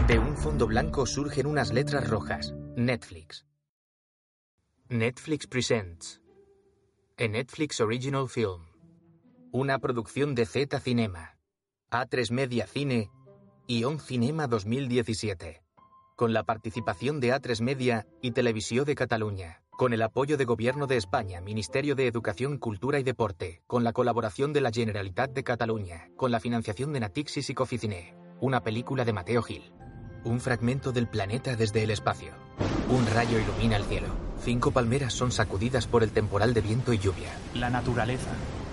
De un fondo blanco surgen unas letras rojas. Netflix. Netflix presents. A Netflix Original Film. Una producción de Z Cinema, A3 Media Cine y On Cinema 2017. Con la participación de A3 Media y Televisió de Catalunya. Con el apoyo de Gobierno de España, Ministerio de Educación, Cultura y Deporte. Con la colaboración de la Generalitat de Catalunya. Con la financiación de Natixis y Coficine. Una película de Mateo Gil. Un fragmento del planeta desde el espacio. Un rayo ilumina el cielo. 5 palmeras son sacudidas por el temporal de viento y lluvia. La naturaleza.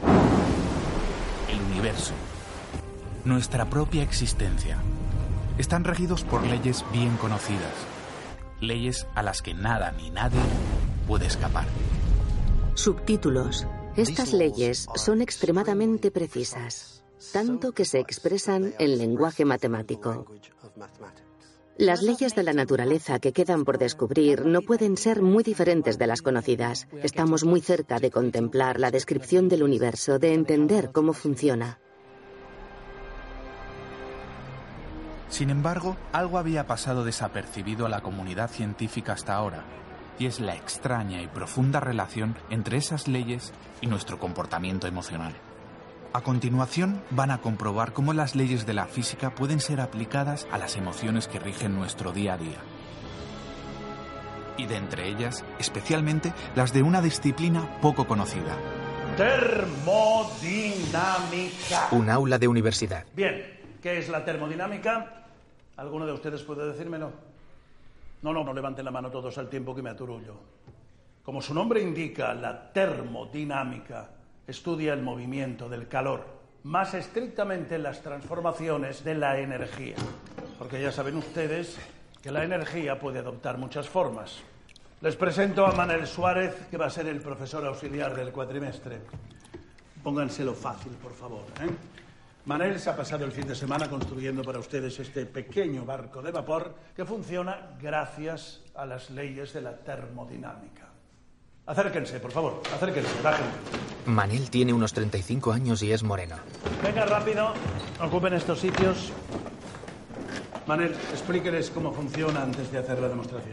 El universo. Nuestra propia existencia. Están regidos por leyes bien conocidas. Leyes a las que nada ni nadie puede escapar. Subtítulos. Estas leyes son extremadamente precisas, tanto que se expresan en lenguaje matemático. Las leyes de la naturaleza que quedan por descubrir no pueden ser muy diferentes de las conocidas. Estamos muy cerca de contemplar la descripción del universo, de entender cómo funciona. Sin embargo, algo había pasado desapercibido a la comunidad científica hasta ahora, y es la extraña y profunda relación entre esas leyes y nuestro comportamiento emocional. A continuación, van a comprobar cómo las leyes de la física pueden ser aplicadas a las emociones que rigen nuestro día a día. Y de entre ellas, especialmente las de una disciplina poco conocida. Termodinámica. Un aula de universidad. Bien, ¿qué es la termodinámica? ¿Alguno de ustedes puede decírmelo? No levanten la mano todos al tiempo que me aturullo. Como su nombre indica, la termodinámica estudia el movimiento del calor, más estrictamente las transformaciones de la energía. Porque ya saben ustedes que la energía puede adoptar muchas formas. Les presento a Manel Suárez, que va a ser el profesor auxiliar del cuatrimestre. Pónganselo fácil, por favor, ¿eh? Manel se ha pasado el fin de semana construyendo para ustedes este pequeño barco de vapor que funciona gracias a las leyes de la termodinámica. Acérquense, por favor, acérquense, bajen. Manel tiene unos 35 años y es moreno. Venga, rápido, ocupen estos sitios. Manel, explíqueles cómo funciona antes de hacer la demostración.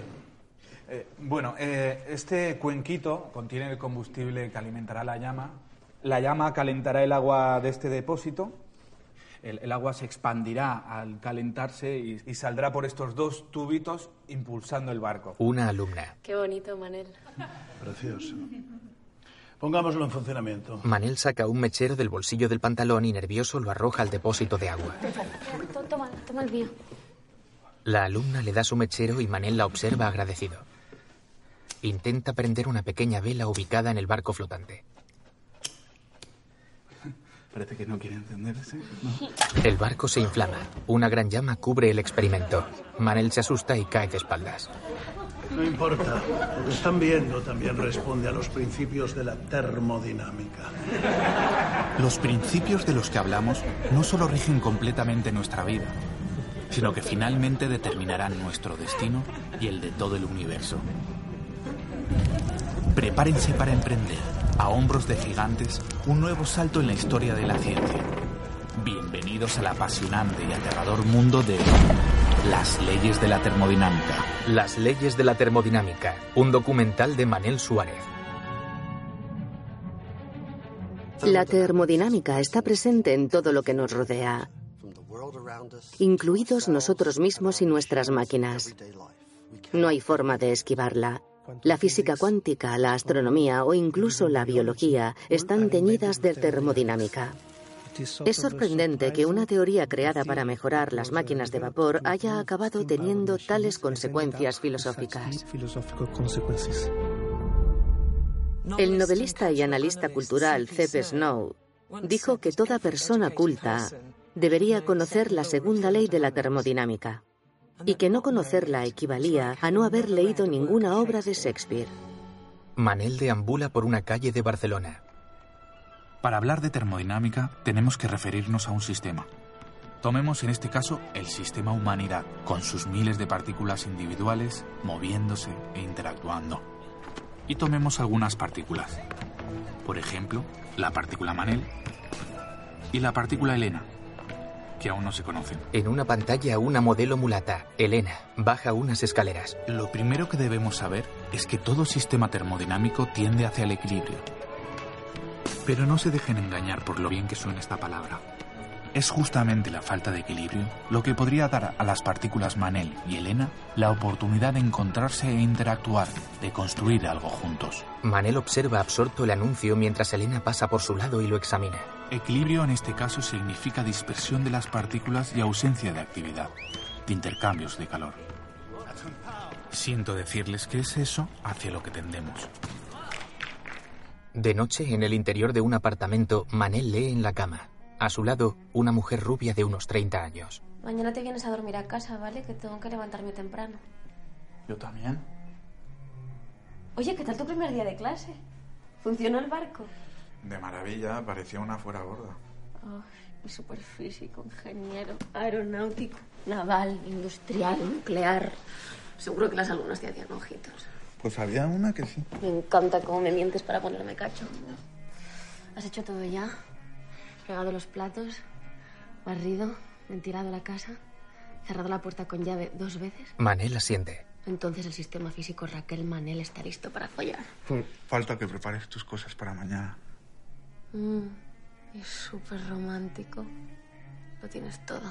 Este cuenquito contiene el combustible que alimentará la llama. La llama calentará el agua de este depósito. El agua se expandirá al calentarse y saldrá por estos 2 tubitos impulsando el barco. Una alumna. Qué bonito, Manel. Precioso. Pongámoslo en funcionamiento. Manel saca un mechero del bolsillo del pantalón y nervioso lo arroja al depósito de agua. Toma el mío. La alumna le da su mechero y Manel la observa agradecido. Intenta prender una pequeña vela ubicada en el barco flotante. Parece que no quiere encenderse. ¿No? El barco se inflama. Una gran llama cubre el experimento. Manel se asusta y cae de espaldas. No importa. Lo que están viendo también responde a los principios de la termodinámica. Los principios de los que hablamos no solo rigen completamente nuestra vida, sino que finalmente determinarán nuestro destino y el de todo el universo. Prepárense para emprender, a hombros de gigantes, un nuevo salto en la historia de la ciencia. Bienvenidos al apasionante y aterrador mundo de las leyes de la termodinámica. Las leyes de la termodinámica, un documental de Manel Suárez. La termodinámica está presente en todo lo que nos rodea, incluidos nosotros mismos y nuestras máquinas. No hay forma de esquivarla. La física cuántica, la astronomía o incluso la biología están teñidas de termodinámica. Es sorprendente que una teoría creada para mejorar las máquinas de vapor haya acabado teniendo tales consecuencias filosóficas. El novelista y analista cultural C.P. Snow dijo que toda persona culta debería conocer la segunda ley de la termodinámica, y que no conocerla equivalía a no haber leído ninguna obra de Shakespeare. Manel deambula por una calle de Barcelona. Para hablar de termodinámica tenemos que referirnos a un sistema. Tomemos en este caso el sistema humanidad, con sus miles de partículas individuales moviéndose e interactuando. Y tomemos algunas partículas. Por ejemplo, la partícula Manel y la partícula Elena. que aún no se conocen. En una pantalla, una modelo mulata, Elena, baja unas escaleras. Lo primero que debemos saber es que todo sistema termodinámico tiende hacia el equilibrio. Pero no se dejen engañar por lo bien que suena esta palabra. Es justamente la falta de equilibrio lo que podría dar a las partículas Manel y Elena la oportunidad de encontrarse e interactuar, de construir algo juntos. Manel observa absorto el anuncio mientras Elena pasa por su lado y lo examina. Equilibrio en este caso significa dispersión de las partículas y ausencia de actividad, de intercambios de calor. Siento decirles que es eso hacia lo que tendemos. De noche, en el interior de un apartamento, Manel lee en la cama. A su lado, una mujer rubia de unos 30 años. Mañana te vienes a dormir a casa, ¿vale? Que tengo que levantarme temprano. Yo también. Oye, ¿qué tal tu primer día de clase? ¿Funcionó el barco? De maravilla, parecía una fuera gorda. Ay, superfísico, ingeniero, aeronáutico, naval, industrial, nuclear. Seguro que las alumnas te hacían ojitos. Pues había una que sí. Me encanta cómo me mientes para ponerme cacho. ¿Has hecho todo ya? Fregado los platos, barrido, ventilado la casa, cerrado la puerta con llave 2 veces. Manel asiente. Entonces el sistema físico Raquel Manel está listo para follar. Falta que prepares tus cosas para mañana. Es súper romántico. Lo tienes todo.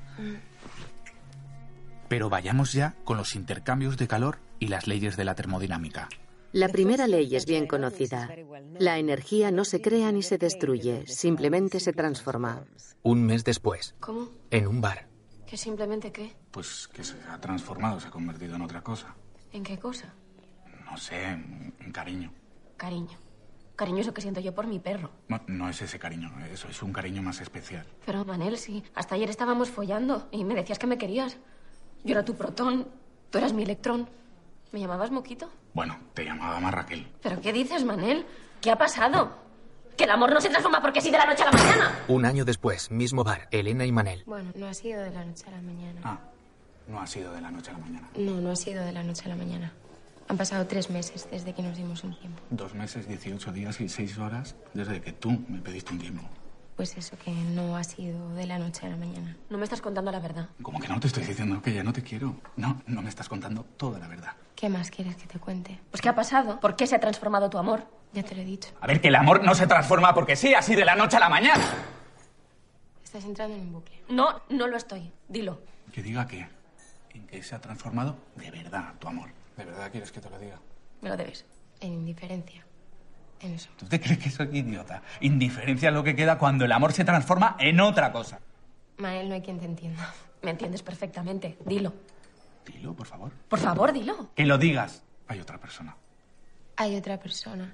Pero vayamos ya con los intercambios de calor y las leyes de la termodinámica. La primera ley es bien conocida. La energía no se crea ni se destruye, simplemente se transforma. Un mes después, ¿Cómo? en un bar. ¿Que simplemente qué? Pues que se ha transformado, se ha convertido en otra cosa. ¿En qué cosa? No sé, en cariño. Cariño. Cariño es lo que siento yo por mi perro. No es ese cariño, eso es un cariño más especial. Pero, Manel, sí. Hasta ayer estábamos follando y me decías que me querías. Yo era tu protón, tú eras mi electrón. ¿Me llamabas Moquito? Bueno, te llamaba más Raquel. ¿Pero qué dices, Manel? ¿Qué ha pasado? Que el amor no se transforma porque sí de la noche a la mañana. Un año después, mismo bar, Elena y Manel. Bueno, no ha sido de la noche a la mañana. Ah, no ha sido de la noche a la mañana. No ha sido de la noche a la mañana. Han pasado 3 meses desde que nos dimos un tiempo. 2 meses, 18 días y 6 horas desde que tú me pediste un tiempo. Pues eso, que no ha sido de la noche a la mañana. No me estás contando la verdad. ¿Cómo que no? Te estoy diciendo que ya no te quiero. No me estás contando toda la verdad. ¿Qué más quieres que te cuente? Pues ¿qué ha pasado? ¿Por qué se ha transformado tu amor? Ya te lo he dicho. A ver, que el amor no se transforma porque sí, así de la noche a la mañana. Estás entrando en un bucle. No lo estoy. Dilo. Que diga qué. ¿En qué se ha transformado de verdad tu amor? ¿De verdad quieres que te lo diga? Me lo debes. En indiferencia. En eso. ¿Tú te crees que soy idiota? Indiferencia es lo que queda cuando el amor se transforma en otra cosa. Mael, no hay quien te entienda. Me entiendes perfectamente. Dilo. Dilo, por favor. Por favor, dilo. Que lo digas. Hay otra persona. Hay otra persona.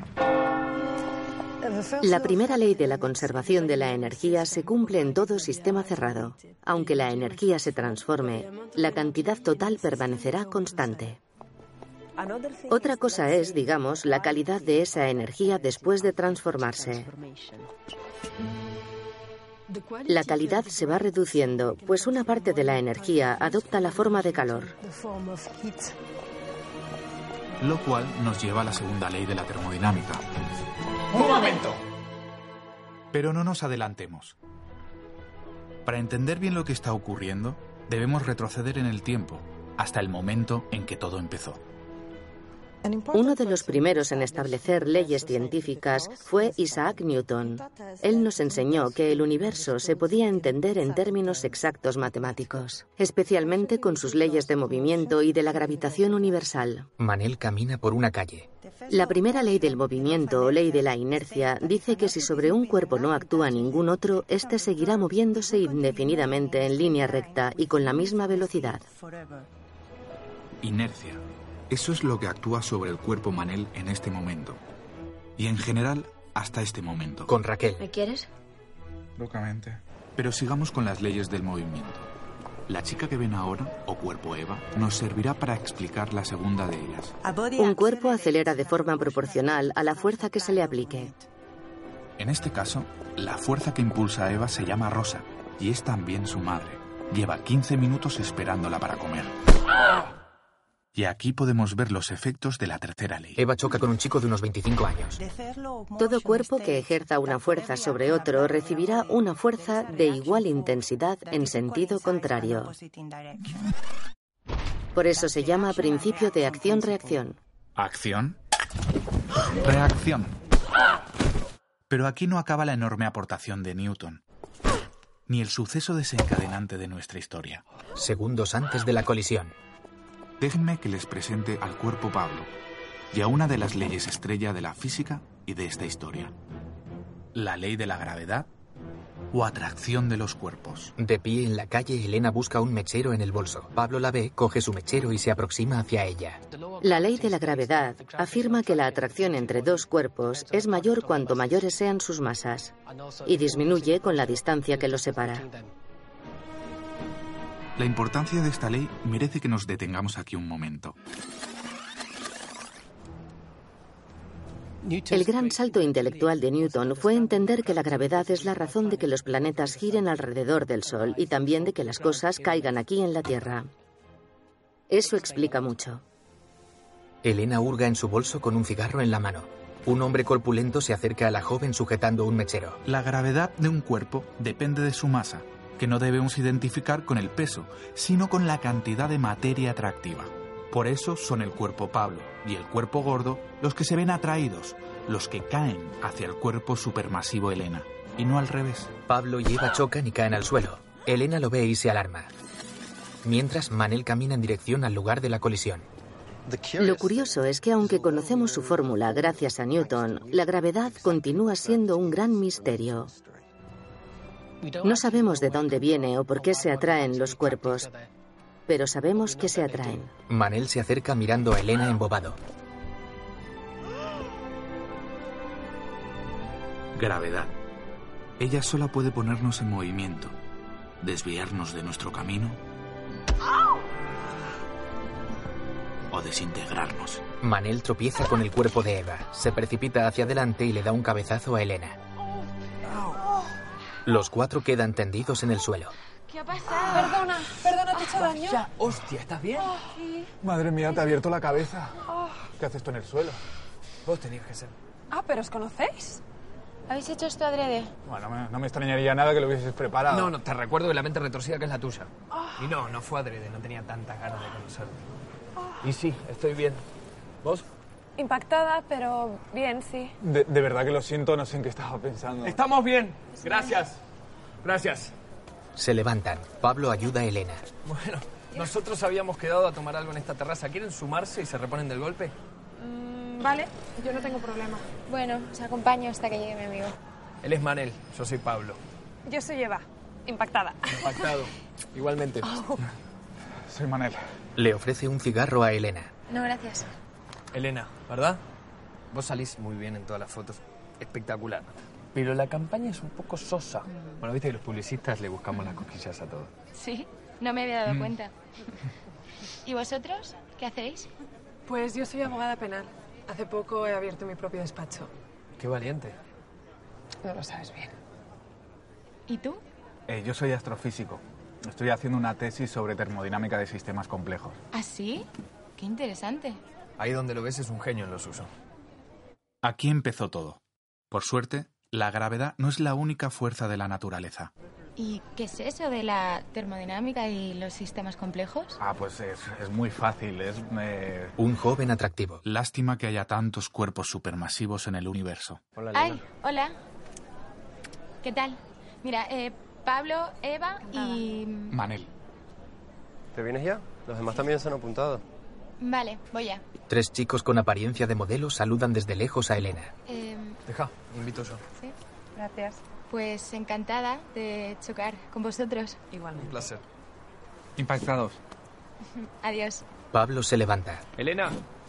La primera ley de la conservación de la energía se cumple en todo sistema cerrado. Aunque la energía se transforme, la cantidad total permanecerá constante. Otra cosa es, digamos, la calidad de esa energía después de transformarse. La calidad se va reduciendo, pues una parte de la energía adopta la forma de calor. Lo cual nos lleva a la segunda ley de la termodinámica. ¡Un momento! Pero no nos adelantemos. Para entender bien lo que está ocurriendo, debemos retroceder en el tiempo, hasta el momento en que todo empezó. Uno de los primeros en establecer leyes científicas fue Isaac Newton. Él nos enseñó que el universo se podía entender en términos exactos matemáticos, especialmente con sus leyes de movimiento y de la gravitación universal. Manel camina por una calle. La primera ley del movimiento o ley de la inercia dice que si sobre un cuerpo no actúa ningún otro, éste seguirá moviéndose indefinidamente en línea recta y con la misma velocidad. Inercia. Eso es lo que actúa sobre el cuerpo Manel en este momento. Y en general, hasta este momento. Con Raquel. ¿Me quieres? Locamente. Pero sigamos con las leyes del movimiento. La chica que ven ahora, o cuerpo Eva, nos servirá para explicar la segunda de ellas. Un cuerpo acelera de forma proporcional a la fuerza que se le aplique. En este caso, la fuerza que impulsa a Eva se llama Rosa, y es también su madre. Lleva 15 minutos esperándola para comer. Y aquí podemos ver los efectos de la tercera ley. Eva choca con un chico de unos 25 años. Todo cuerpo que ejerza una fuerza sobre otro recibirá una fuerza de igual intensidad en sentido contrario. Por eso se llama principio de acción-reacción. ¿Acción? Reacción. Pero aquí no acaba la enorme aportación de Newton, ni el suceso desencadenante de nuestra historia. Segundos antes de la colisión. Déjenme que les presente al cuerpo Pablo y a una de las leyes estrella de la física y de esta historia. La ley de la gravedad o atracción de los cuerpos. De pie en la calle, Elena busca un mechero en el bolso. Pablo la ve, coge su mechero y se aproxima hacia ella. La ley de la gravedad afirma que la atracción entre dos cuerpos es mayor cuanto mayores sean sus masas y disminuye con la distancia que los separa. La importancia de esta ley merece que nos detengamos aquí un momento. El gran salto intelectual de Newton fue entender que la gravedad es la razón de que los planetas giren alrededor del Sol y también de que las cosas caigan aquí en la Tierra. Eso explica mucho. Elena hurga en su bolso con un cigarro en la mano. Un hombre corpulento se acerca a la joven sujetando un mechero. La gravedad de un cuerpo depende de su masa, que no debemos identificar con el peso, sino con la cantidad de materia atractiva. Por eso son el cuerpo Pablo y el cuerpo gordo los que se ven atraídos, los que caen hacia el cuerpo supermasivo Elena, y no al revés. Pablo y Eva chocan y caen al suelo. Elena lo ve y se alarma. Mientras, Manel camina en dirección al lugar de la colisión. Lo curioso es que aunque conocemos su fórmula gracias a Newton, la gravedad continúa siendo un gran misterio. No sabemos de dónde viene o por qué se atraen los cuerpos, pero sabemos que se atraen. Manel se acerca mirando a Elena embobado. Gravedad. Ella sola puede ponernos en movimiento, desviarnos de nuestro camino o desintegrarnos. Manel tropieza con el cuerpo de Eva, se precipita hacia adelante y le da un cabezazo a Elena. Los cuatro quedan tendidos en el suelo. ¿Qué ha pasado? Perdona, ¿te he hecho daño? Ya, hostia, ¿estás bien? Sí. Madre mía, te ha abierto la cabeza. ¿Qué haces tú en el suelo? Vos tenías que ser. ¿Pero os conocéis? ¿Habéis hecho esto adrede? Bueno, no me extrañaría nada que lo hubieses preparado. No, te recuerdo que la mente retorcida que es la tuya. Y no fue adrede, no tenía tantas ganas de conocerte. Y sí, estoy bien. ¿Vos? Impactada, pero bien, sí. De verdad que lo siento, no sé en qué estaba pensando. Estamos bien. Gracias. Gracias. Se levantan. Pablo ayuda a Elena. Bueno, nosotros habíamos quedado a tomar algo en esta terraza. ¿Quieren sumarse y se reponen del golpe? Vale, yo no tengo problema. Bueno, os acompaño hasta que llegue mi amigo. Él es Manel, yo soy Pablo. Yo soy Eva, impactada. Impactado. Igualmente. Soy Manel. Le ofrece un cigarro a Elena. No, gracias. Elena, ¿verdad? Vos salís muy bien en todas las fotos. Espectacular. Pero la campaña es un poco sosa. Bueno, viste que los publicistas le buscamos las cosquillas a todo. Sí, no me había dado cuenta. ¿Y vosotros? ¿Qué hacéis? Pues yo soy abogada penal. Hace poco he abierto mi propio despacho. Qué valiente. No lo sabes bien. ¿Y tú? Yo soy astrofísico. Estoy haciendo una tesis sobre termodinámica de sistemas complejos. ¿Ah, sí? Qué interesante. Ahí donde lo ves es un genio en los usos. Aquí empezó todo. Por suerte, la gravedad no es la única fuerza de la naturaleza. ¿Y qué es eso de la termodinámica y los sistemas complejos? Pues es muy fácil. Un joven atractivo. Lástima que haya tantos cuerpos supermasivos en el universo. Hola, Elena. ¡Ay! Hola. ¿Qué tal? Mira, Pablo, Eva y... Manel. ¿Te vienes ya? Los demás también se han apuntado. Vale, voy ya. 3 chicos con apariencia de modelo saludan desde lejos a Elena. Deja, invito yo. ¿Sí? Gracias. Pues encantada de chocar con vosotros. Un Igualmente. placer. Impactados. Adiós. Pablo se levanta. Elena,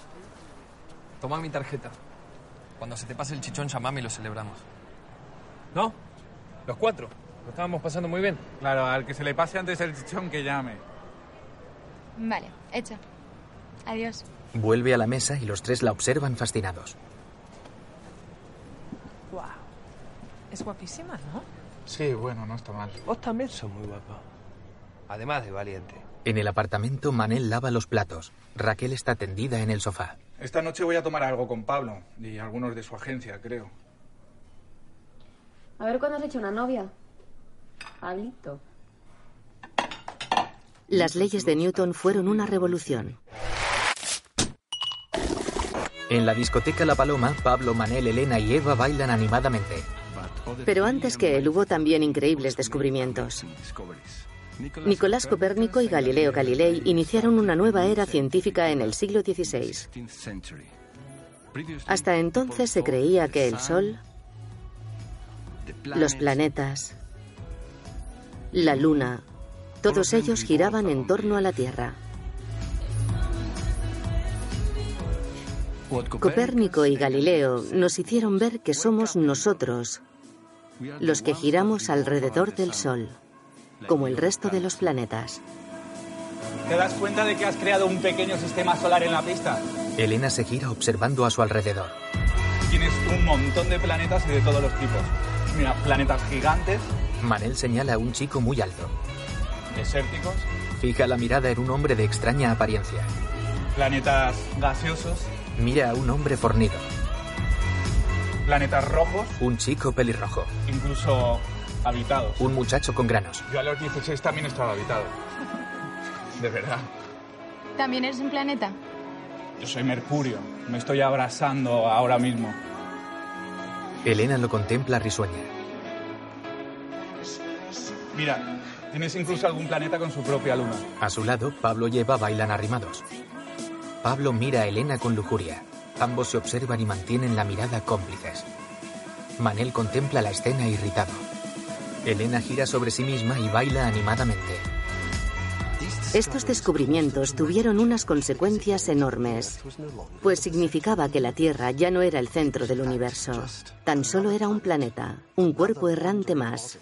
toma mi tarjeta. Cuando se te pase el chichón, llamame y lo celebramos. ¿No? Los 4. Lo estábamos pasando muy bien. Claro, al que se le pase antes el chichón que llame. Vale, hecho. Adiós. Vuelve a la mesa y los 3 la observan fascinados. Wow. Es guapísima, ¿no? Sí, bueno, no está mal. Vos también sos muy guapa. además de valiente. En el apartamento, Manel lava los platos. Raquel está tendida en el sofá. Esta noche voy a tomar algo con Pablo y algunos de su agencia, creo. A ver cuándo has hecho una novia. Pablito. Las leyes de Newton fueron una revolución. En la discoteca La Paloma, Pablo, Manel, Elena y Eva bailan animadamente. Pero antes que él hubo también increíbles descubrimientos. Nicolás Copérnico y Galileo Galilei iniciaron una nueva era científica en el siglo XVI. Hasta entonces se creía que el Sol, los planetas, la Luna, todos ellos giraban en torno a la Tierra. Copérnico y Galileo nos hicieron ver que somos nosotros los que giramos alrededor del Sol, como el resto de los planetas. ¿Te das cuenta de que has creado un pequeño sistema solar en la pista? Elena se gira observando a su alrededor. Tienes un montón de planetas y de todos los tipos. Mira, planetas gigantes. Manel señala a un chico muy alto. Desérticos. Fija la mirada en un hombre de extraña apariencia. Planetas gaseosos. Mira a un hombre fornido. Planetas rojos. Un chico pelirrojo. Incluso habitados. Un muchacho con granos. Yo a los 16 también estaba habitado. De verdad. ¿También eres un planeta? Yo soy Mercurio. Me estoy abrasando ahora mismo. Elena lo contempla risueña. Mira, tienes incluso algún planeta con su propia luna. A su lado, Pablo y Eva bailan arrimados. Pablo mira a Elena con lujuria. Ambos se observan y mantienen la mirada cómplices. Manel contempla la escena irritado. Elena gira sobre sí misma y baila animadamente. Estos descubrimientos tuvieron unas consecuencias enormes, pues significaba que la Tierra ya no era el centro del universo. Tan solo era un planeta, un cuerpo errante más.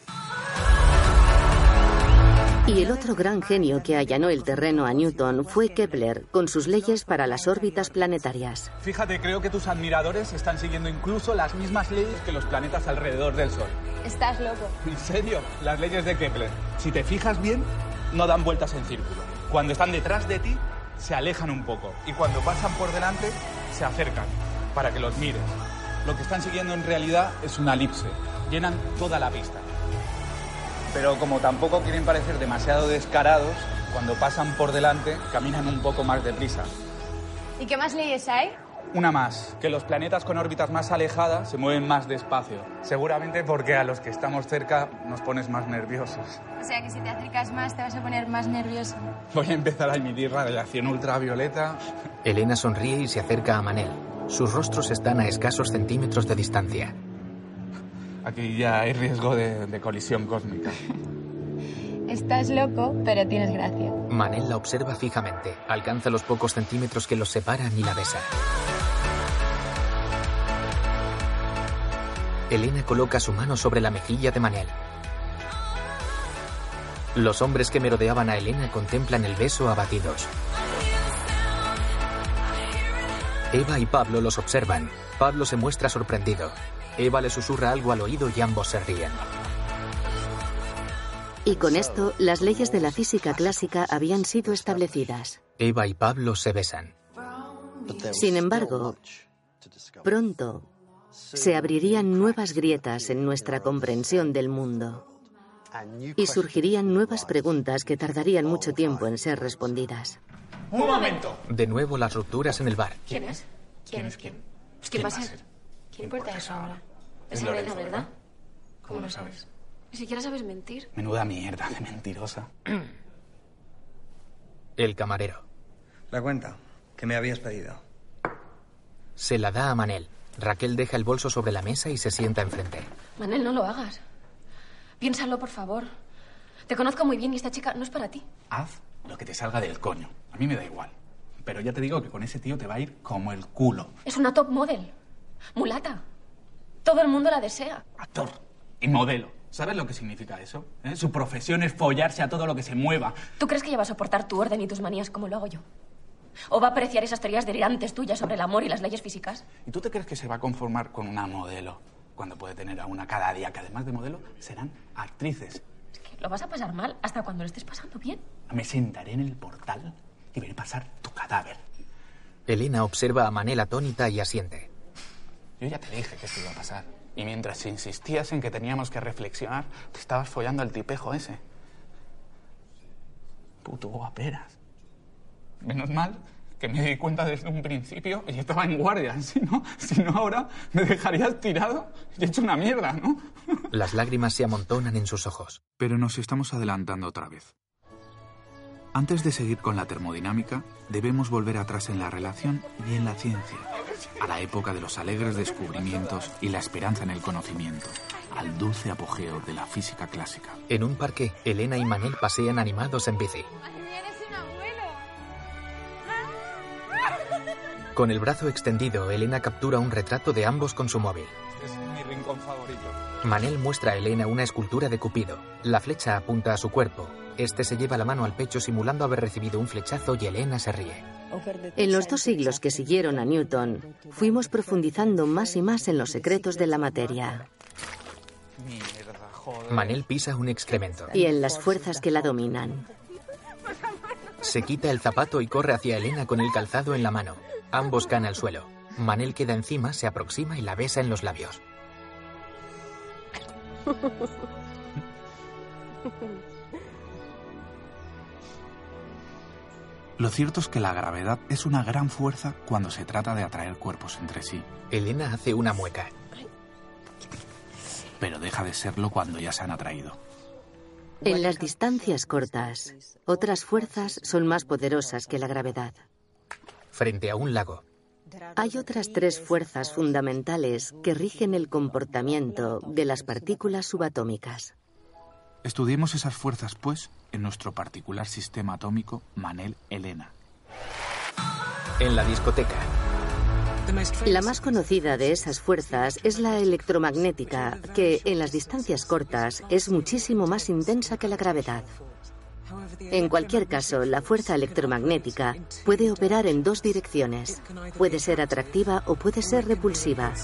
Y el otro gran genio que allanó el terreno a Newton fue Kepler, con sus leyes para las órbitas planetarias. Fíjate, creo que tus admiradores están siguiendo incluso las mismas leyes que los planetas alrededor del Sol. Estás loco. ¿En serio? Las leyes de Kepler. Si te fijas bien, no dan vueltas en círculo. Cuando están detrás de ti, se alejan un poco. Y cuando pasan por delante, se acercan, para que los mires. Lo que están siguiendo en realidad es una elipse. Llenan toda la pista. Pero como tampoco quieren parecer demasiado descarados, cuando pasan por delante, caminan un poco más deprisa. ¿Y qué más leyes hay? Una más, que los planetas con órbitas más alejadas se mueven más despacio. Seguramente porque a los que estamos cerca nos pones más nerviosos. O sea que si te acercas más te vas a poner más nervioso. Voy a empezar a emitir radiación ultravioleta. Elena sonríe y se acerca a Manel. Sus rostros están a escasos centímetros de distancia. Aquí ya hay riesgo de colisión cósmica. Estás loco, pero tienes gracia. Manel la observa fijamente. Alcanza los pocos centímetros que los separan y la besa. Elena coloca su mano sobre la mejilla de Manel. Los hombres que merodeaban a Elena contemplan el beso abatidos. Eva y Pablo los observan. Pablo se muestra sorprendido. Eva le susurra algo al oído y ambos se ríen. Y con esto, las leyes de la física clásica habían sido establecidas. Eva y Pablo se besan. Sin embargo, pronto se abrirían nuevas grietas en nuestra comprensión del mundo. Y surgirían nuevas preguntas que tardarían mucho tiempo en ser respondidas. ¡Un momento! De nuevo las rupturas en el bar. ¿Quién es? ¿Quién es quién? ¿Quién va a ser? ¿Qué importa eso ahora? Es Elena, ¿verdad? ¿Cómo lo sabes? Ni siquiera sabes mentir. Menuda mierda de mentirosa. El camarero. La cuenta que me habías pedido. Se la da a Manel. Raquel deja el bolso sobre la mesa y se sienta enfrente. Manel, no lo hagas. Piénsalo, por favor. Te conozco muy bien y esta chica no es para ti. Haz lo que te salga del coño. A mí me da igual. Pero ya te digo que con ese tío te va a ir como el culo. Es una top model. Mulata. Todo el mundo la desea. Actor y modelo. ¿Sabes lo que significa eso? Su profesión es follarse a todo lo que se mueva. ¿Tú crees que ella va a soportar tu orden y tus manías como lo hago yo? ¿O va a apreciar esas teorías delirantes tuyas sobre el amor y las leyes físicas? ¿Y tú te crees que se va a conformar con una modelo cuando puede tener a una cada día que además de modelo serán actrices? Es que Lo vas a pasar mal hasta cuando lo estés pasando bien. Me sentaré en el portal y veré pasar tu cadáver. Elena observa a Manel atónita y asiente. Yo ya te dije que esto iba a pasar. Y mientras insistías en que teníamos que reflexionar, te estabas follando al tipejo ese. Puto guaperas. Menos mal que me di cuenta desde un principio y estaba en guardia. Si no ahora me dejarías tirado y hecho una mierda, ¿no? Las lágrimas se amontonan en sus ojos. Pero nos estamos adelantando otra vez. Antes de seguir con la termodinámica, debemos volver atrás en la relación y en la ciencia, a la época de los alegres descubrimientos y la esperanza en el conocimiento, al dulce apogeo de la física clásica. En un parque, Elena y Manel pasean animados en bici. Con el brazo extendido, Elena captura un retrato de ambos con su móvil. Este es mi rincón favorito. Manel muestra a Elena una escultura de Cupido. La flecha apunta a su cuerpo. Este se lleva la mano al pecho simulando haber recibido un flechazo y Elena se ríe. En los 2 siglos que siguieron a Newton, fuimos profundizando más y más en los secretos de la materia. Mierda, joder. Manel pisa un excremento. Y en las fuerzas que la dominan. Se quita el zapato y corre hacia Elena con el calzado en la mano. Ambos caen al suelo. Manel queda encima, se aproxima y la besa en los labios. Lo cierto es que la gravedad es una gran fuerza cuando se trata de atraer cuerpos entre sí. Elena hace una mueca. Pero deja de serlo cuando ya se han atraído. En las distancias cortas, otras fuerzas son más poderosas que la gravedad. Frente a un lago. Hay otras 3 fuerzas fundamentales que rigen el comportamiento de las partículas subatómicas. Estudiemos esas fuerzas, pues, en nuestro particular sistema atómico Manel-Elena. En la discoteca. La más conocida de esas fuerzas es la electromagnética, que en las distancias cortas es muchísimo más intensa que la gravedad. En cualquier caso, la fuerza electromagnética puede operar en 2 direcciones. Puede ser atractiva o puede ser repulsiva.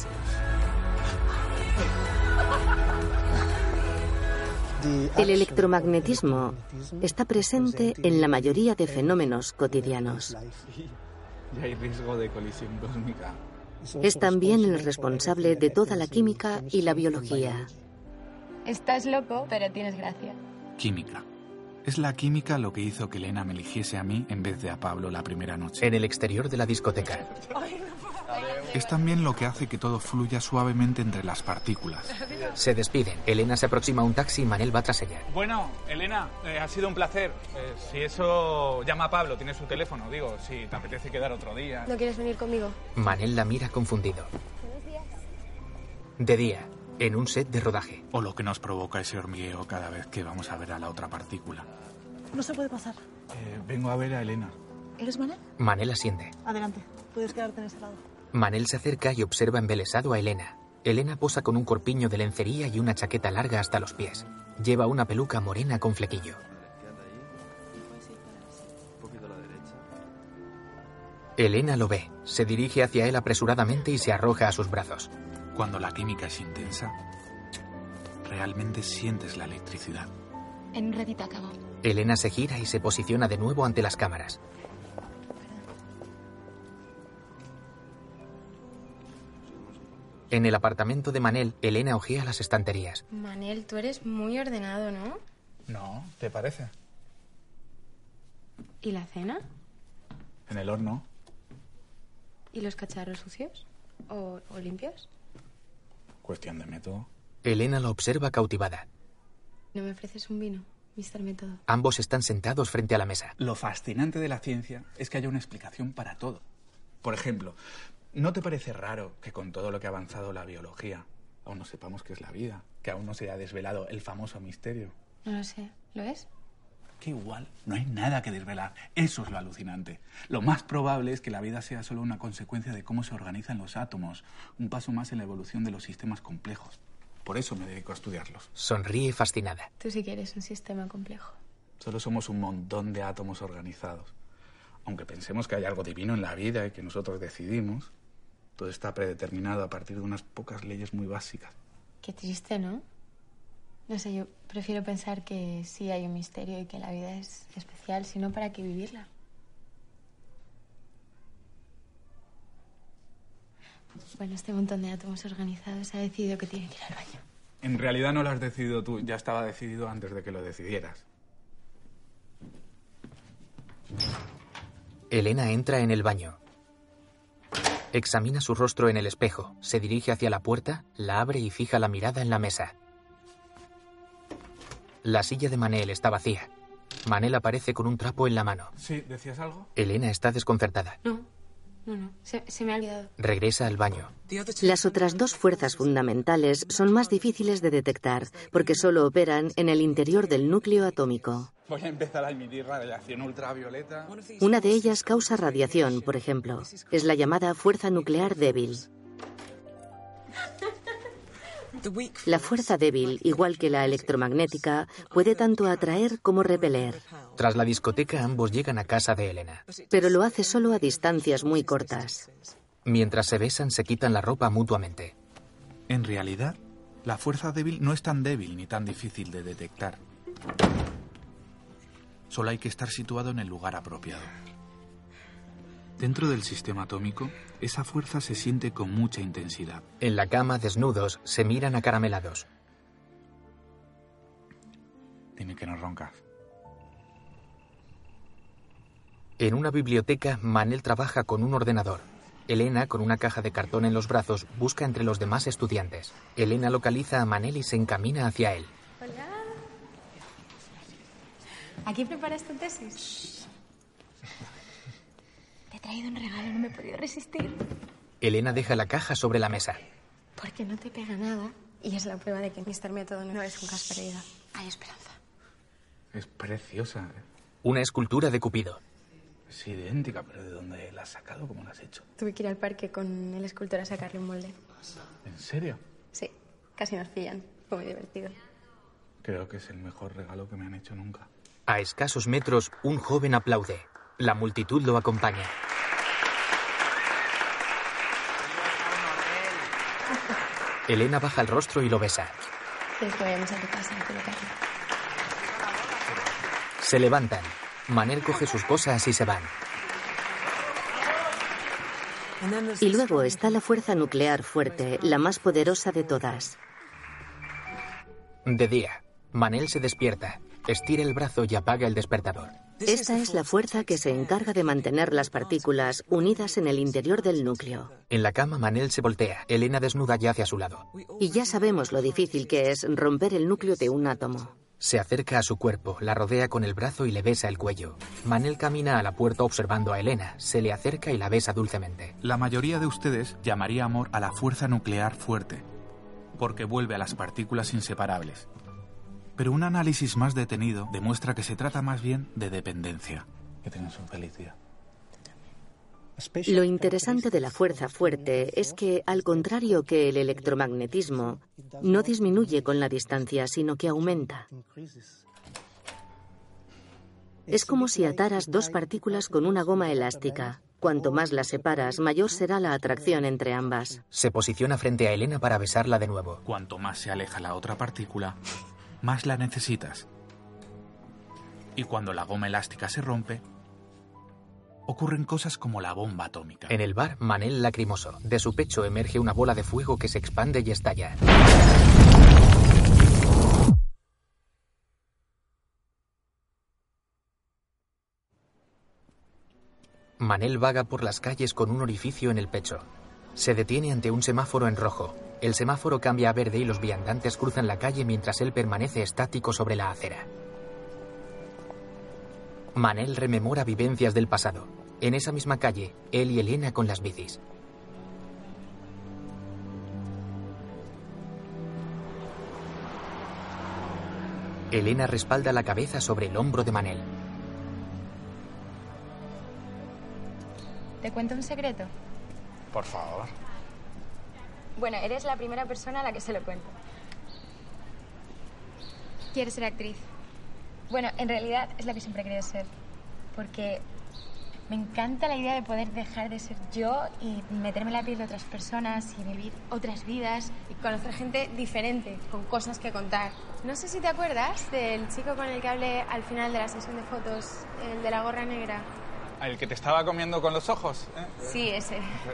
El electromagnetismo está presente en la mayoría de fenómenos cotidianos. Y hay riesgo de colisión cósmica. Es también el responsable de toda la química y la biología. Estás loco, pero tienes gracia. Química. Es la química lo que hizo que Elena me eligiese a mí en vez de a Pablo la primera noche. En el exterior de la discoteca. Es también lo que hace que todo fluya suavemente entre las partículas. Se despiden. Elena se aproxima a un taxi y Manel va tras ella. Bueno, Elena, ha sido un placer. Si eso, llama a Pablo, tiene su teléfono. Digo, si te apetece quedar otro día. ¿No quieres venir conmigo? Manel la mira confundido. De día, en un set de rodaje. O lo que nos provoca ese hormigueo cada vez que vamos a ver a la otra partícula. No se puede pasar. Vengo a ver a Elena. ¿Eres Manel? Manel asiente. Adelante, puedes quedarte en ese lado. Manel se acerca y observa embelesado a Elena. Elena posa con un corpiño de lencería y una chaqueta larga hasta los pies. Lleva una peluca morena con flequillo. Elena lo ve, se dirige hacia él apresuradamente y se arroja a sus brazos. Cuando la química es intensa, realmente sientes la electricidad. En un ratito acabo. Elena se gira y se posiciona de nuevo ante las cámaras. En el apartamento de Manel, Elena hojea las estanterías. Manel, tú eres muy ordenado, ¿no? No, ¿te parece? ¿Y la cena? En el horno. ¿Y los cacharros sucios? ¿O limpios? Cuestión de método. Elena lo observa cautivada. ¿No me ofreces un vino, Mr. Método? Ambos están sentados frente a la mesa. Lo fascinante de la ciencia es que haya una explicación para todo. Por ejemplo, ¿no te parece raro que con todo lo que ha avanzado la biología aún no sepamos qué es la vida? Que aún no se haya desvelado el famoso misterio. No lo sé. ¿Lo es? Que igual no hay nada que desvelar. Eso es lo alucinante. Lo más probable es que la vida sea solo una consecuencia de cómo se organizan los átomos. Un paso más en la evolución de los sistemas complejos. Por eso me dedico a estudiarlos. Sonríe fascinada. Tú sí que eres un sistema complejo. Solo somos un montón de átomos organizados. Aunque pensemos que hay algo divino en la vida y que nosotros decidimos, todo está predeterminado a partir de unas pocas leyes muy básicas. Qué triste, ¿no? No sé, yo prefiero pensar que sí hay un misterio y que la vida es especial, si no, ¿para qué vivirla? Bueno, este montón de átomos organizados ha decidido que tiene que ir al baño. En realidad no lo has decidido tú, ya estaba decidido antes de que lo decidieras. Elena entra en el baño. Examina su rostro en el espejo, se dirige hacia la puerta, la abre y fija la mirada en la mesa. La silla de Manel está vacía. Manel aparece con un trapo en la mano. Sí, ¿decías algo? Elena está desconcertada. No, se me ha olvidado. Regresa al baño. Las otras dos fuerzas fundamentales son más difíciles de detectar porque solo operan en el interior del núcleo atómico. Voy a empezar a emitir radiación ultravioleta. Una de ellas causa radiación, por ejemplo. Es la llamada fuerza nuclear débil. La fuerza débil, igual que la electromagnética, puede tanto atraer como repeler. Tras la discoteca, ambos llegan a casa de Elena. Pero lo hace solo a distancias muy cortas. Mientras se besan, se quitan la ropa mutuamente. En realidad, la fuerza débil no es tan débil ni tan difícil de detectar. Solo hay que estar situado en el lugar apropiado. Dentro del sistema atómico, esa fuerza se siente con mucha intensidad. En la cama, desnudos, se miran acaramelados. Dime que no roncas. En una biblioteca, Manel trabaja con un ordenador. Elena, con una caja de cartón en los brazos, busca entre los demás estudiantes. Elena localiza a Manel y se encamina hacia él. Hola. ¿Aquí preparas tu tesis? Te he traído un regalo, no me he podido resistir. Elena deja la caja sobre la mesa. Porque no te pega nada y es la prueba de que Mr. Método no es un caso perdido. Hay esperanza. Es preciosa. Una escultura de Cupido. Es idéntica, pero ¿de dónde la has sacado? ¿Cómo la has hecho? Tuve que ir al parque con el escultor a sacarle un molde. ¿En serio? Sí, casi nos pillan. Fue muy divertido. Creo que es el mejor regalo que me han hecho nunca. A escasos metros, un joven aplaude. La multitud lo acompaña. Elena baja el rostro y lo besa. ¿Quieres que vayamos a tu casa a colocarlo? Se levantan. Manel coge sus cosas y se van. Y luego está la fuerza nuclear fuerte, la más poderosa de todas. De día, Manel se despierta, estira el brazo y apaga el despertador. Esta es la fuerza que se encarga de mantener las partículas unidas en el interior del núcleo. En la cama, Manel se voltea. Elena desnuda yace a su lado. Y ya sabemos lo difícil que es romper el núcleo de un átomo. Se acerca a su cuerpo, la rodea con el brazo y le besa el cuello. Manel camina a la puerta observando a Elena, se le acerca y la besa dulcemente. La mayoría de ustedes llamaría amor a la fuerza nuclear fuerte, porque vuelve a las partículas inseparables. Pero un análisis más detenido demuestra que se trata más bien de dependencia. Que tengas un feliz día. Lo interesante de la fuerza fuerte es que, al contrario que el electromagnetismo, no disminuye con la distancia, sino que aumenta. Es como si ataras dos partículas con una goma elástica. Cuanto más las separas, mayor será la atracción entre ambas. Se posiciona frente a Elena para besarla de nuevo. Cuanto más se aleja la otra partícula, más la necesitas. Y cuando la goma elástica se rompe, ocurren cosas como la bomba atómica. En el bar, Manel lacrimoso. De su pecho emerge una bola de fuego que se expande y estalla. Manel vaga por las calles con un orificio en el pecho. Se detiene ante un semáforo en rojo. El semáforo cambia a verde y los viandantes cruzan la calle mientras él permanece estático sobre la acera. Manel rememora vivencias del pasado. En esa misma calle, él y Elena con las bicis. Elena respalda la cabeza sobre el hombro de Manel. ¿Te cuento un secreto? Por favor. Bueno, eres la primera persona a la que se lo cuento. Quiero ser actriz. Bueno, en realidad es lo que siempre he querido ser. Porque Me encanta la idea de poder dejar de ser yo y meterme en la piel de otras personas y vivir otras vidas y conocer gente diferente, con cosas que contar. No sé si te acuerdas del chico con el que hablé al final de la sesión de fotos, el de la gorra negra. ¿El que te estaba comiendo con los ojos? Sí, ese.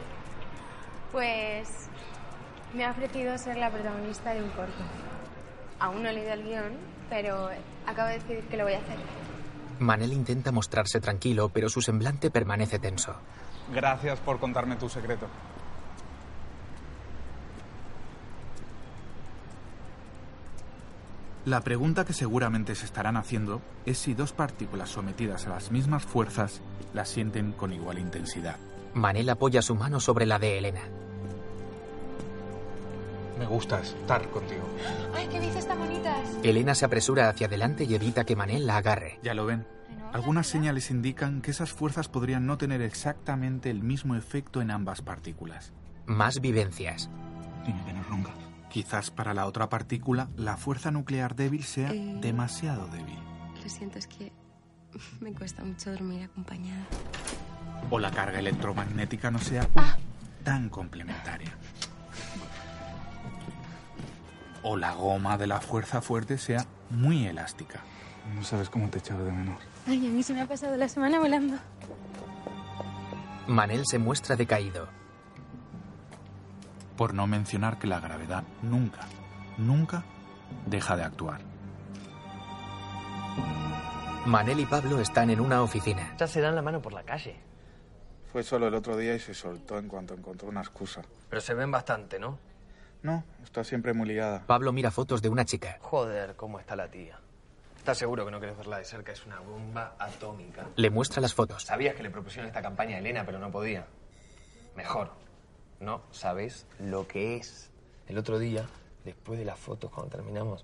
Pues me ha ofrecido ser la protagonista de un corto. Aún no he leído el guión, pero acabo de decidir que lo voy a hacer. Manel intenta mostrarse tranquilo, pero su semblante permanece tenso. Gracias por contarme tu secreto. La pregunta que seguramente se estarán haciendo es si dos partículas sometidas a las mismas fuerzas las sienten con igual intensidad. Manel apoya su mano sobre la de Elena. Me gusta estar contigo. ¡Ay, qué bicis tan bonitas! Elena se apresura hacia adelante y evita que Manel la agarre. Ya lo ven. Algunas señales indican que esas fuerzas podrían no tener exactamente el mismo efecto en ambas partículas. Más vivencias. Dime que no ronca. Quizás para la otra partícula la fuerza nuclear débil sea demasiado débil. Lo siento, es que me cuesta mucho dormir acompañada. O la carga electromagnética no sea tan complementaria. O la goma de la fuerza fuerte sea muy elástica. No sabes cómo te he echado de menos. Ay, a mí se me ha pasado la semana volando. Manel se muestra decaído. Por no mencionar que la gravedad nunca deja de actuar. Manel y Pablo están en una oficina. Ya se dan la mano por la calle. Fue solo el otro día y se soltó en cuanto encontró una excusa. Pero se ven bastante, ¿no? No, está siempre muy liada. Pablo mira fotos de una chica. Joder, cómo está la tía. ¿Estás seguro que no quieres verla de cerca? Es una bomba atómica. Le muestra las fotos. Sabías que le propusieron esta campaña a Elena, pero no podía. Mejor. No sabéis lo que es. El otro día, después de las fotos, cuando terminamos...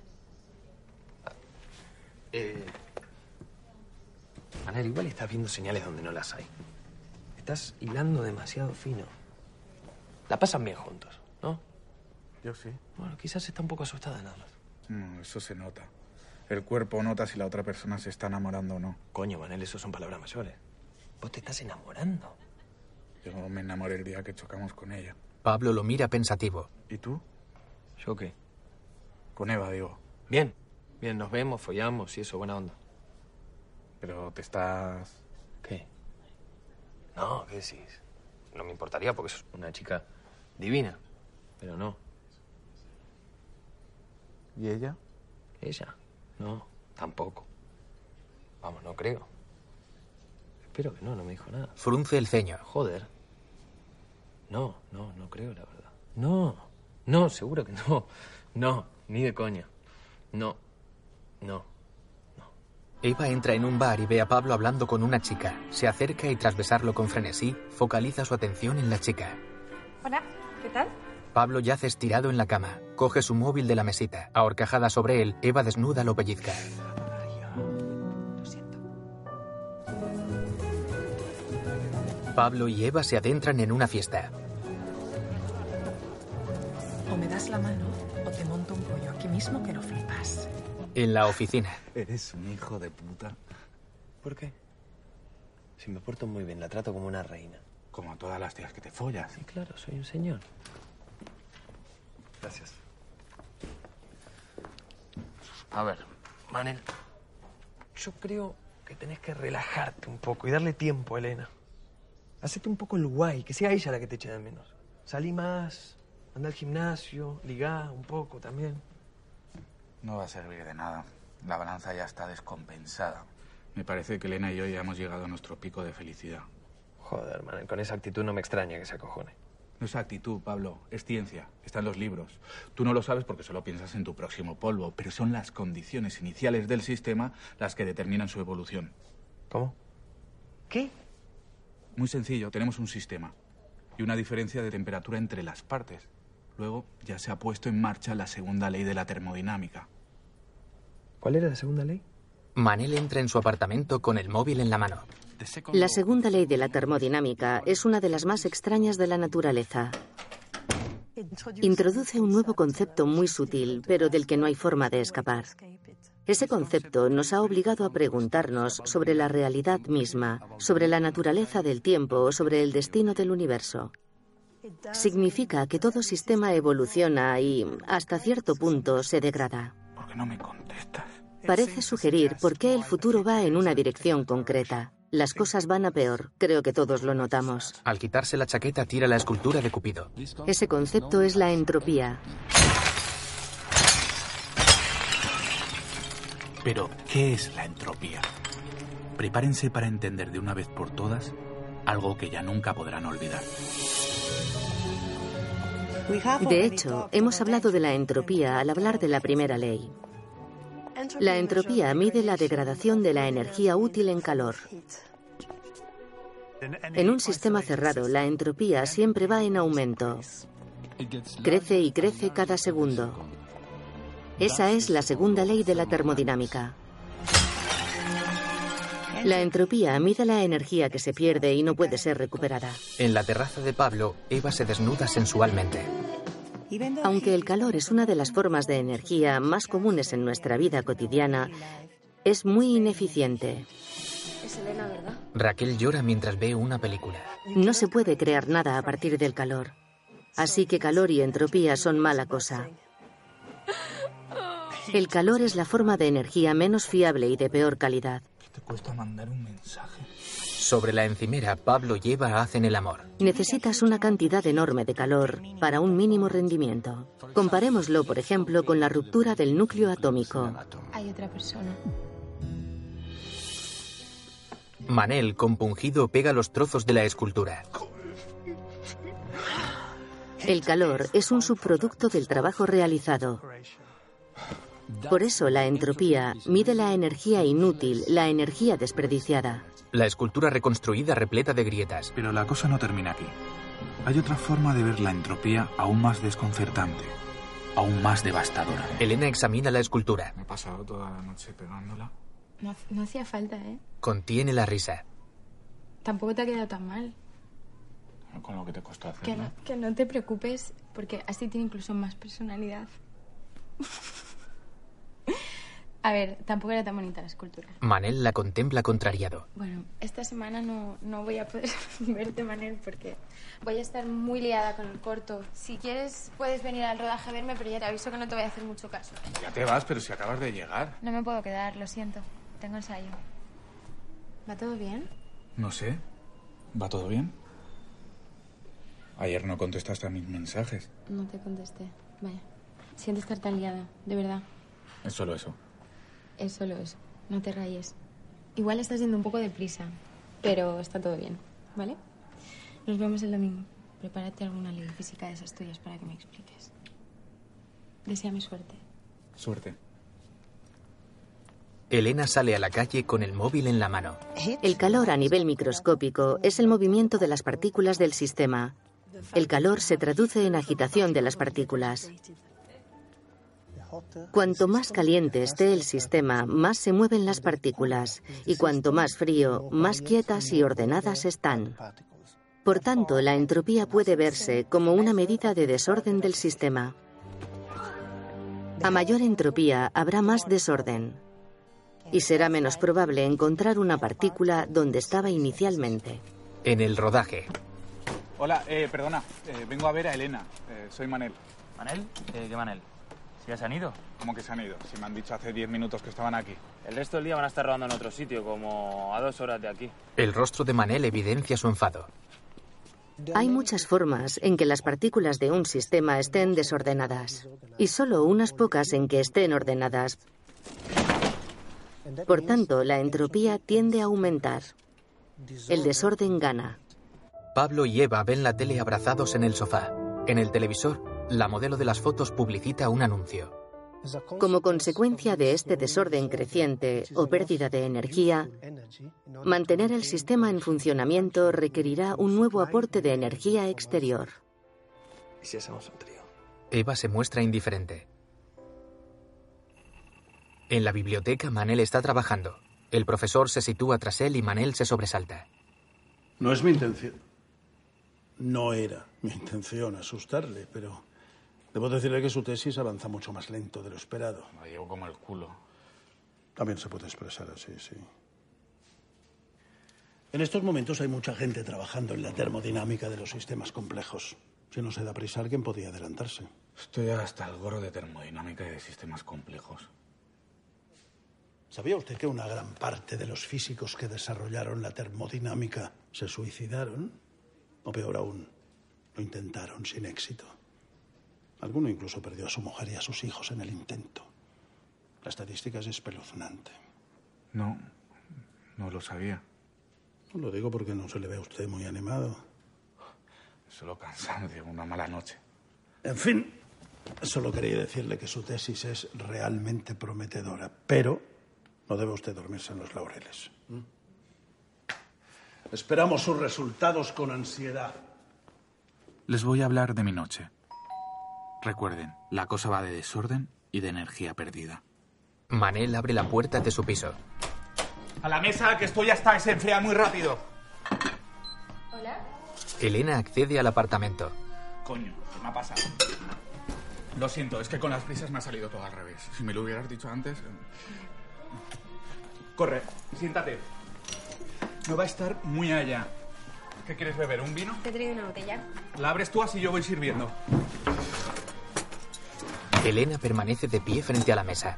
Manel, igual estás viendo señales donde no las hay. Estás hilando demasiado fino. La pasan bien juntos, ¿no? Yo sí. Bueno, quizás está un poco asustada nada más. No, eso se nota. El cuerpo nota si la otra persona se está enamorando o no. Coño, Manel, eso son palabras mayores. Vos te estás enamorando. Yo me enamoré el día que chocamos con ella. Pablo lo mira pensativo. ¿Y tú? ¿Yo qué? Con Eva, digo. Bien. Bien, nos vemos, follamos y eso, buena onda. Pero te estás... ¿Qué? No, ¿qué decís? No me importaría porque sos una chica divina. Pero no. ¿Y ella? ¿Ella? No, tampoco. Vamos, no creo. Espero que no me dijo nada. Frunce el ceño. Joder. No creo, la verdad. No, seguro que no. No, ni de coña. No. Eva entra en un bar y ve a Pablo hablando con una chica. Se acerca y tras besarlo con frenesí, focaliza su atención en la chica. Hola, ¿qué tal? Pablo yace estirado en la cama. Coge su móvil de la mesita. Ahorcajada sobre él, Eva desnuda lo pellizca. Lo siento. Pablo y Eva se adentran en una fiesta. O me das la mano o te monto un pollo aquí mismo que lo flipas. En la oficina. Eres un hijo de puta. ¿Por qué? Si me porto muy bien, la trato como una reina. Como a todas las tías que te follas. Sí, claro, soy un señor. Gracias. A ver, Manel, yo creo que tenés que relajarte un poco y darle tiempo a Elena. Hacete un poco el guay, que sea ella la que te eche de menos. Salí más, anda al gimnasio, ligá un poco también. No va a servir de nada. La balanza ya está descompensada. Me parece que Elena y yo ya hemos llegado a nuestro pico de felicidad. Joder, Manel, con esa actitud no me extraña que se acojone. No es actitud, Pablo. Es ciencia. Está en los libros. Tú no lo sabes porque solo piensas en tu próximo polvo, pero son las condiciones iniciales del sistema las que determinan su evolución. ¿Cómo? ¿Qué? Muy sencillo. Tenemos un sistema y una diferencia de temperatura entre las partes. Luego ya se ha puesto en marcha la segunda ley de la termodinámica. ¿Cuál era la segunda ley? Manel entra en su apartamento con el móvil en la mano. La segunda ley de la termodinámica es una de las más extrañas de la naturaleza. Introduce un nuevo concepto muy sutil, pero del que no hay forma de escapar. Ese concepto nos ha obligado a preguntarnos sobre la realidad misma, sobre la naturaleza del tiempo o sobre el destino del universo. Significa que todo sistema evoluciona y, hasta cierto punto, se degrada. ¿Por qué no me contestas? Parece sugerir por qué el futuro va en una dirección concreta. Las cosas van a peor, creo que todos lo notamos. Al quitarse la chaqueta, tira la escultura de Cupido. Ese concepto es la entropía. Pero, ¿qué es la entropía? Prepárense para entender de una vez por todas algo que ya nunca podrán olvidar. De hecho, hemos hablado de la entropía al hablar de la primera ley. La entropía mide la degradación de la energía útil en calor. En un sistema cerrado, la entropía siempre va en aumento. Crece y crece cada segundo. Esa es la segunda ley de la termodinámica. La entropía mide la energía que se pierde y no puede ser recuperada. En la terraza de Pablo, Eva se desnuda sensualmente. Aunque el calor es una de las formas de energía más comunes en nuestra vida cotidiana, es muy ineficiente. Es Elena, ¿verdad? Raquel llora mientras ve una película. No se puede crear nada a partir del calor. Así que calor y entropía son mala cosa. El calor es la forma de energía menos fiable y de peor calidad. ¿Qué te cuesta mandar un mensaje? Sobre la encimera, Pablo y Eva hacen el amor. Necesitas una cantidad enorme de calor para un mínimo rendimiento. Comparémoslo, por ejemplo, con la ruptura del núcleo atómico. Hay otra persona. Manel, compungido, pega los trozos de la escultura. El calor es un subproducto del trabajo realizado. Por eso la entropía mide la energía inútil, la energía desperdiciada. La escultura reconstruida repleta de grietas. Pero la cosa no termina aquí. Hay otra forma de ver la entropía aún más desconcertante, aún más devastadora. Elena examina la escultura. Me he pasado toda la noche pegándola. No hacía falta, ¿eh? Contiene la risa. Tampoco te ha quedado tan mal. Con lo que te costó hacerlo. Que no te preocupes, porque así tiene incluso más personalidad. A ver, tampoco era tan bonita la escultura. Manel la contempla contrariado. Bueno, esta semana no voy a poder verte, Manel, porque voy a estar muy liada con el corto. Si quieres, puedes venir al rodaje a verme, pero ya te aviso que no te voy a hacer mucho caso. Ya te vas, pero si acabas de llegar. No me puedo quedar, lo siento. Tengo ensayo. ¿Va todo bien? No sé. ¿Va todo bien? Ayer no contestaste a mis mensajes. No te contesté. Vaya. Siento estar tan liada, de verdad. Es solo eso. Es solo eso. No te rayes. Igual estás yendo un poco deprisa, pero está todo bien, ¿vale? Nos vemos el domingo. Prepárate alguna ley física de esas tuyas para que me expliques. Deséame suerte. Suerte. Elena sale a la calle con el móvil en la mano. El calor a nivel microscópico es el movimiento de las partículas del sistema. El calor se traduce en agitación de las partículas. Cuanto más caliente esté el sistema, más se mueven las partículas, y cuanto más frío, más quietas y ordenadas están. Por tanto, la entropía puede verse como una medida de desorden del sistema. A mayor entropía habrá más desorden, y será menos probable encontrar una partícula donde estaba inicialmente. En el rodaje. Hola, perdona, vengo a ver a Elena. Soy Manel. ¿Manel? ¿Qué Manel? ¿Ya se han ido? ¿Cómo que se han ido? Si me han dicho hace 10 minutos que estaban aquí. El resto del día van a estar rodando en otro sitio, como a 2 horas de aquí. El rostro de Manel evidencia su enfado. Hay muchas formas en que las partículas de un sistema estén desordenadas, y solo unas pocas en que estén ordenadas. Por tanto, la entropía tiende a aumentar. El desorden gana. Pablo y Eva ven la tele abrazados en el sofá. En el televisor, la modelo de las fotos publicita un anuncio. Como consecuencia de este desorden creciente o pérdida de energía, mantener el sistema en funcionamiento requerirá un nuevo aporte de energía exterior. ¿Y si hacemos un trío? Eva se muestra indiferente. En la biblioteca, Manel está trabajando. El profesor se sitúa tras él y Manel se sobresalta. No es mi intención. No era mi intención asustarle, pero debo decirle que su tesis avanza mucho más lento de lo esperado. La llevo como el culo. También se puede expresar así, sí. En estos momentos hay mucha gente trabajando en la termodinámica de los sistemas complejos. Si no se da prisa, alguien podía adelantarse. Estoy hasta el gorro de termodinámica y de sistemas complejos. ¿Sabía usted que una gran parte de los físicos que desarrollaron la termodinámica se suicidaron? O peor aún, lo intentaron sin éxito. Alguno incluso perdió a su mujer y a sus hijos en el intento. La estadística es espeluznante. No lo sabía. No lo digo porque no se le ve a usted muy animado. Solo cansancio, una mala noche. En fin, solo quería decirle que su tesis es realmente prometedora, pero no debe usted dormirse en los laureles. Esperamos sus resultados con ansiedad. Les voy a hablar de mi noche. Recuerden, la cosa va de desorden y de energía perdida. Manel abre la puerta de su piso. A la mesa, que esto ya está, se enfría muy rápido. ¿Hola? Elena accede al apartamento. Coño, ¿qué me ha pasado? Lo siento, es que con las prisas me ha salido todo al revés. Si me lo hubieras dicho antes... Corre, siéntate. No va a estar muy allá. ¿Qué quieres beber? ¿Un vino? Te he traído una botella. La abres tú, así yo voy sirviendo. Elena permanece de pie frente a la mesa.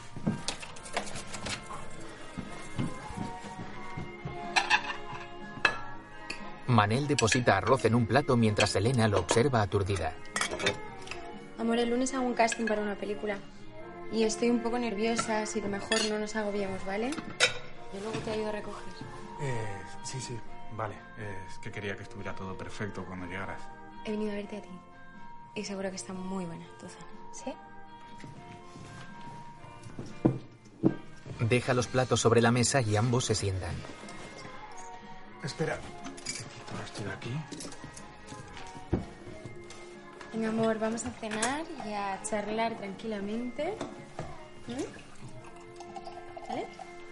Manel deposita arroz en un plato mientras Elena lo observa aturdida. Amor, el lunes hago un casting para una película. Y estoy un poco nerviosa, así que mejor no nos agobiemos, ¿vale? Yo luego te ayudo a recoger. Sí, vale. Es que quería que estuviera todo perfecto cuando llegaras. He venido a verte a ti. Y seguro que está muy buena tu cena, ¿sí? Deja los platos sobre la mesa y ambos se sientan. Espera. Te quito esto de aquí. Venga, amor, vamos a cenar y a charlar tranquilamente. ¿Vale?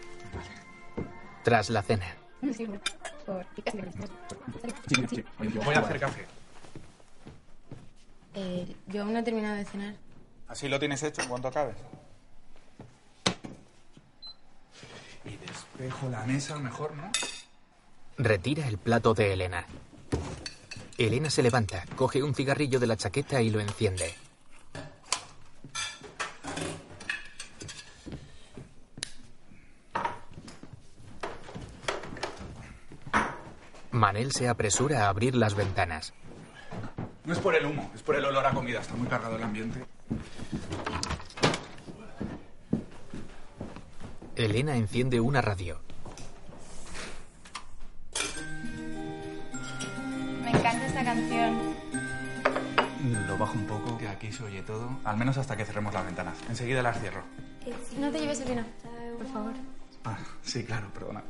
Tras la cena. Voy a hacer café. Yo aún no he terminado de cenar. ¿Así lo tienes hecho en cuanto acabes? Y despejo la mesa mejor, ¿no? Retira el plato de Elena. Elena se levanta, coge un cigarrillo de la chaqueta y lo enciende. Manel se apresura a abrir las ventanas. No es por el humo, es por el olor a comida. Está muy cargado el ambiente. Elena enciende una radio. Me encanta esta canción. Lo bajo un poco, que aquí se oye todo. Al menos hasta que cerremos las ventanas. Enseguida las cierro. No te lleves el vino, por favor. Ah, sí, claro, perdona.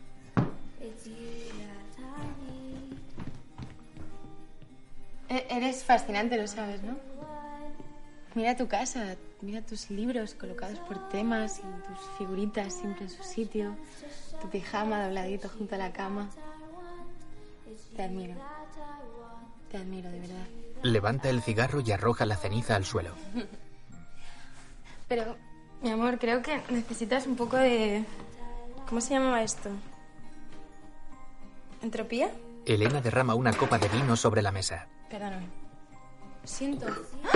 Eres fascinante, lo sabes, ¿no? Mira tu casa, mira tus libros colocados por temas y tus figuritas siempre en su sitio, tu pijama dobladito junto a la cama. Te admiro, de verdad. Levanta el cigarro y arroja la ceniza al suelo. Pero, mi amor, creo que necesitas un poco de... ¿Cómo se llamaba esto? ¿Entropía? Elena derrama una copa de vino sobre la mesa. Perdóname. Siento.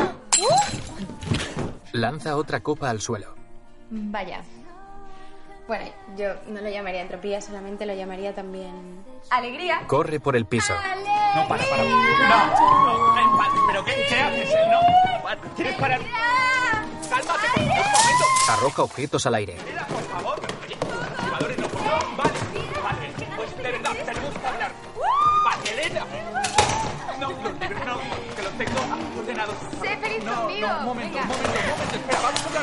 Lanza otra copa al suelo. Vaya. Bueno, yo no lo llamaría entropía, solamente lo llamaría también... ¡alegría! Corre por el piso. No, para. ¿Pero qué haces? No. ¿Quieres parar? Cálmate, un momento. Arroja objetos al aire. Mira, por favor. Llevadores, no, por favor. Vale. Pues de verdad, tenemos que hablar. Vale, Elena. No, los libros no, que los tengo ordenados. ¡Sé feliz conmigo! Un momento, espera, vamos a hablar.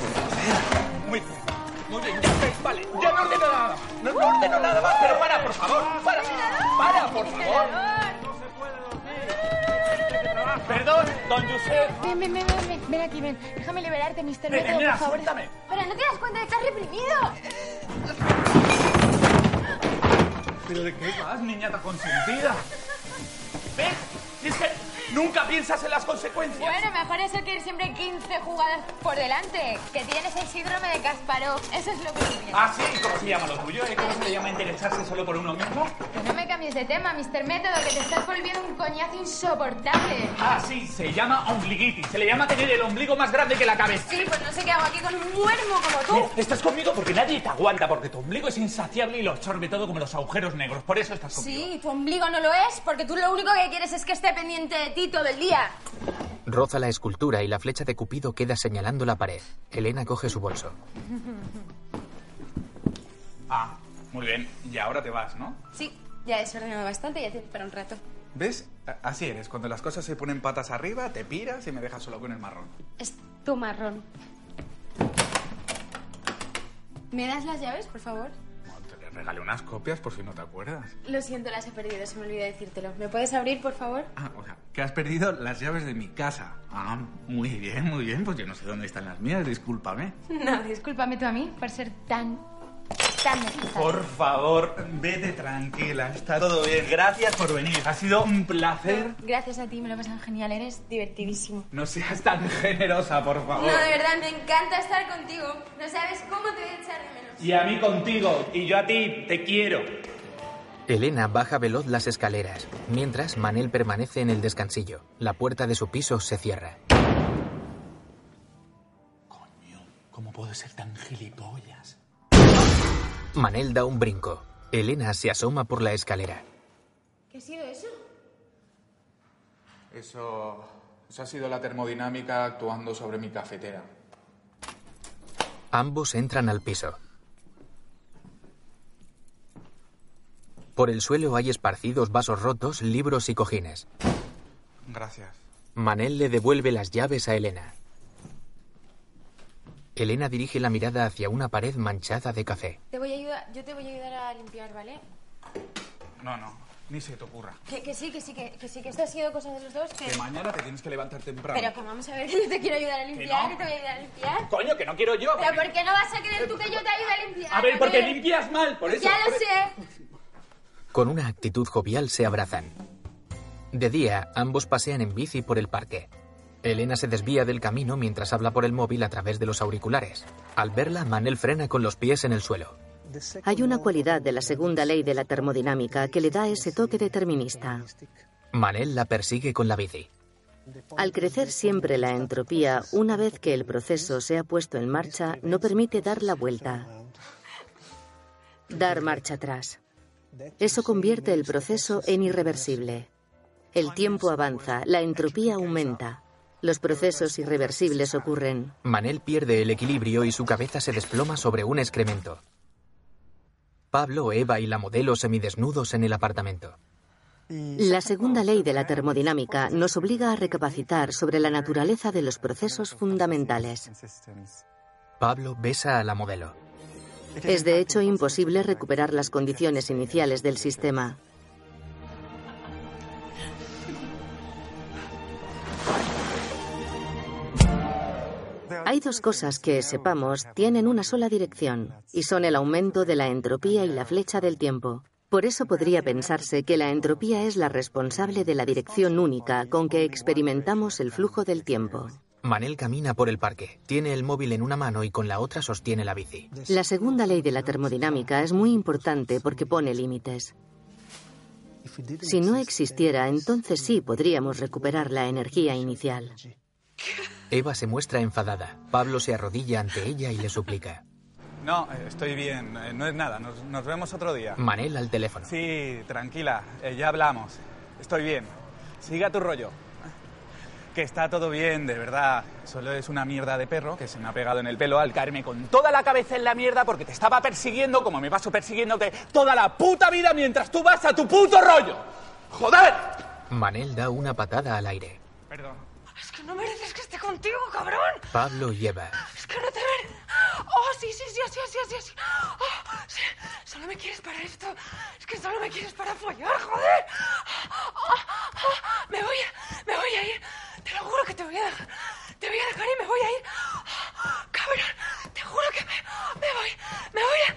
Muy bien, ya sé, vale, ya no ordeno nada más. No ordeno nada más, pero para, por favor, para, por favor. No se puede dormir. Perdón, don Josep. Ven aquí, ven. Déjame liberarte, Mr. Beto, Elena, por favor. suéltame. Pero no te das cuenta de que has reprimido. ¿Pero de qué vas, niñata consentida? ¿Ves? Es que Nunca piensas en las consecuencias. Bueno, mejor eso que ir siempre 15 jugadas por delante. Que tienes el síndrome de Kasparov. Eso es lo que tienes. Ah, sí, ¿cómo se llama lo tuyo? ¿Cómo se le llama interesarse solo por uno mismo? Que no me cambies de tema, Mr. Método, que te estás volviendo un coñazo insoportable. Ah, sí, se llama ombliguitis. Se le llama tener el ombligo más grande que la cabeza. Sí, pues no sé qué hago aquí con un muermo como tú. Mira, estás conmigo porque nadie te aguanta, porque tu ombligo es insaciable y lo absorbe todo como los agujeros negros. Por eso estás conmigo. Sí, tu ombligo no lo es, porque tú lo único que quieres es que esté pendiente de ti todo el día. Roza la escultura y la flecha de Cupido queda señalando la pared. Elena coge su bolso. Ah, muy bien. Y ahora te vas, ¿no? Sí, ya he desordenado bastante y ya tienes para un rato. ¿Ves? Así eres. Cuando las cosas se ponen patas arriba, te piras y me dejas solo con el marrón. Es tu marrón. ¿Me das las llaves, por favor? Te regalé unas copias por si no te acuerdas. Lo siento, las he perdido, se me olvidó decírtelo. ¿Me puedes abrir, por favor? Ah, o sea, que has perdido las llaves de mi casa. Ah, muy bien. Pues yo no sé dónde están las mías, discúlpame. No, discúlpame tú a mí por ser tan necesario. Por favor, vete tranquila, está todo bien. Gracias por venir, ha sido un placer. Gracias a ti, me lo he pasado genial, eres divertidísimo. No seas tan generosa, por favor. No, de verdad, me encanta estar contigo. No sabes cómo te voy a echar de menos. Y a mí contigo, y yo a ti, te quiero. Elena baja veloz las escaleras, mientras Manel permanece en el descansillo. La puerta de su piso se cierra. Coño, ¿cómo puedo ser tan gilipollas? Manel da un brinco. Elena se asoma por la escalera. ¿Qué ha sido eso? Eso ha sido la termodinámica actuando sobre mi cafetera. Ambos entran al piso. Por el suelo hay esparcidos vasos rotos, libros y cojines. Gracias. Manel le devuelve las llaves a Elena. Elena dirige la mirada hacia una pared manchada de café. Yo te voy a ayudar a limpiar, ¿vale? No, ni se te ocurra. Que sí, que esto ha sido cosa de los dos. Que mañana te tienes que levantar temprano. Pero que vamos a ver, que yo te quiero ayudar a limpiar, que te voy a ayudar a limpiar. Coño, que no quiero yo. Pero ¿por qué no vas a querer tú que yo te ayude a limpiar? A ver, porque limpias mal, por eso. Ya lo sé. Con una actitud jovial se abrazan. De día, ambos pasean en bici por el parque. Elena se desvía del camino mientras habla por el móvil a través de los auriculares. Al verla, Manel frena con los pies en el suelo. Hay una cualidad de la segunda ley de la termodinámica que le da ese toque determinista. Manel la persigue con la bici. Al crecer siempre la entropía, una vez que el proceso se ha puesto en marcha, no permite dar la vuelta. Dar marcha atrás. Eso convierte el proceso en irreversible. El tiempo avanza, la entropía aumenta. Los procesos irreversibles ocurren. Manel pierde el equilibrio y su cabeza se desploma sobre un excremento. Pablo, Eva y la modelo semidesnudos en el apartamento. La segunda ley de la termodinámica nos obliga a recapacitar sobre la naturaleza de los procesos fundamentales. Pablo besa a la modelo. Es de hecho imposible recuperar las condiciones iniciales del sistema. Hay dos cosas que, sepamos, tienen una sola dirección, y son el aumento de la entropía y la flecha del tiempo. Por eso podría pensarse que la entropía es la responsable de la dirección única con que experimentamos el flujo del tiempo. Manel camina por el parque. Tiene el móvil en una mano y con la otra sostiene la bici. La segunda ley de la termodinámica es muy importante porque pone límites. Si no existiera, entonces sí podríamos recuperar la energía inicial. Eva se muestra enfadada. Pablo se arrodilla ante ella y le suplica. No, estoy bien, no es nada, nos vemos otro día. Manel al teléfono. Sí, tranquila, ya hablamos. Estoy bien. Siga tu rollo. Que está todo bien, de verdad. Solo es una mierda de perro que se me ha pegado en el pelo al caerme con toda la cabeza en la mierda porque te estaba persiguiendo como me paso persiguiéndote toda la puta vida mientras tú vas a tu puto rollo. ¡Joder! Manel da una patada al aire. Perdón. Es que no mereces que esté contigo, cabrón. Pablo y Eva. Es que no te mereces. Oh, sí. Oh, sí. Solo me quieres para esto. Es que solo me quieres para follar, joder. Me voy a ir. Te lo juro que te voy a dejar. Te voy a dejar y me voy a ir. Cabrón, te juro que me voy a...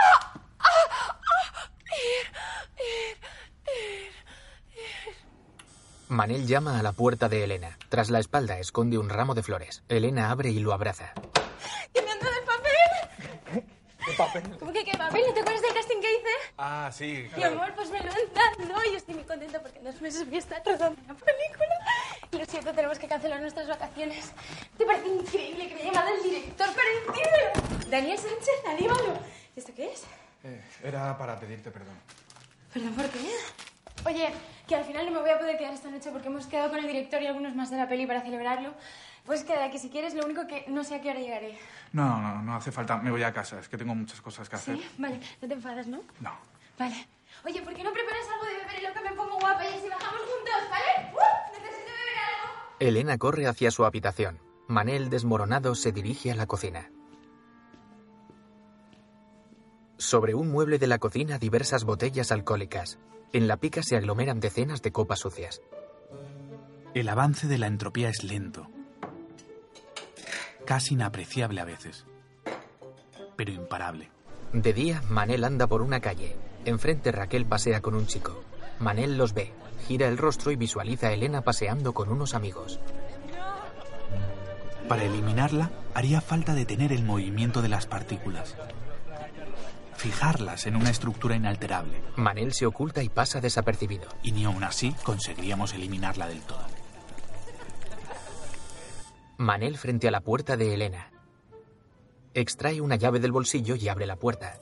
Ir. Manel llama a la puerta de Elena. Tras la espalda esconde un ramo de flores. Elena abre y lo abraza. ¡Que me han dado el papel! ¿Qué papel? ¿Cómo que qué papel? ¿No te acuerdas del casting que hice? Ah, sí, Mi claro. amor, pues me lo han dado. Yo estoy muy contenta porque en 2 meses voy a estar rodando la película. Y lo siento, tenemos que cancelar nuestras vacaciones. ¿Te parece increíble que me haya llamado el director para decírmelo? Daniel Sánchez, anímalo. ¿Esto qué es? Era para pedirte perdón. ¿Perdón por qué? Oye, que al final no me voy a poder quedar esta noche porque hemos quedado con el director y algunos más de la peli para celebrarlo. Pues queda que si quieres, lo único que no sé a qué hora llegaré. No hace falta. Me voy a casa. Es que tengo muchas cosas que hacer. ¿Sí? Vale, no te enfadas, ¿no? No. Vale. Oye, ¿por qué no preparas algo de beber y lo que me pongo guapa y así bajamos juntos, ¿vale? Necesito beber algo. Elena corre hacia su habitación. Manel, desmoronado, se dirige a la cocina. Sobre un mueble de la cocina, diversas botellas alcohólicas. En la pica se aglomeran decenas de copas sucias. El avance de la entropía es lento, casi inapreciable a veces, pero imparable. De día, Manel anda por una calle. Enfrente, Raquel pasea con un chico. Manel los ve, gira el rostro y visualiza a Elena paseando con unos amigos. Para eliminarla, haría falta detener el movimiento de las partículas, fijarlas en una estructura inalterable. Manel se oculta y pasa desapercibido. Y ni aún así conseguiríamos eliminarla del todo. Manel frente a la puerta de Elena. Extrae una llave del bolsillo y abre la puerta.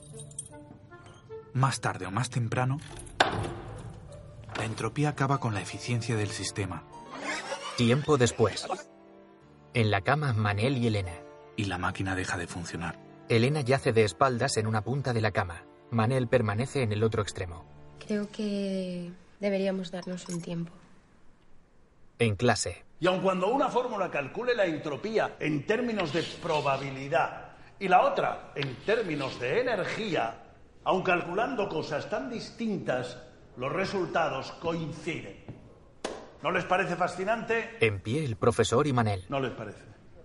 Más tarde o más temprano, la entropía acaba con la eficiencia del sistema. Tiempo después. En la cama, Manel y Elena. Y la máquina deja de funcionar. Elena yace de espaldas en una punta de la cama. Manel permanece en el otro extremo. Creo que deberíamos darnos un tiempo. En clase. Y aun cuando una fórmula calcule la entropía en términos de probabilidad y la otra en términos de energía, aun calculando cosas tan distintas, los resultados coinciden. ¿No les parece fascinante? En pie el profesor y Manel. ¿No les parece?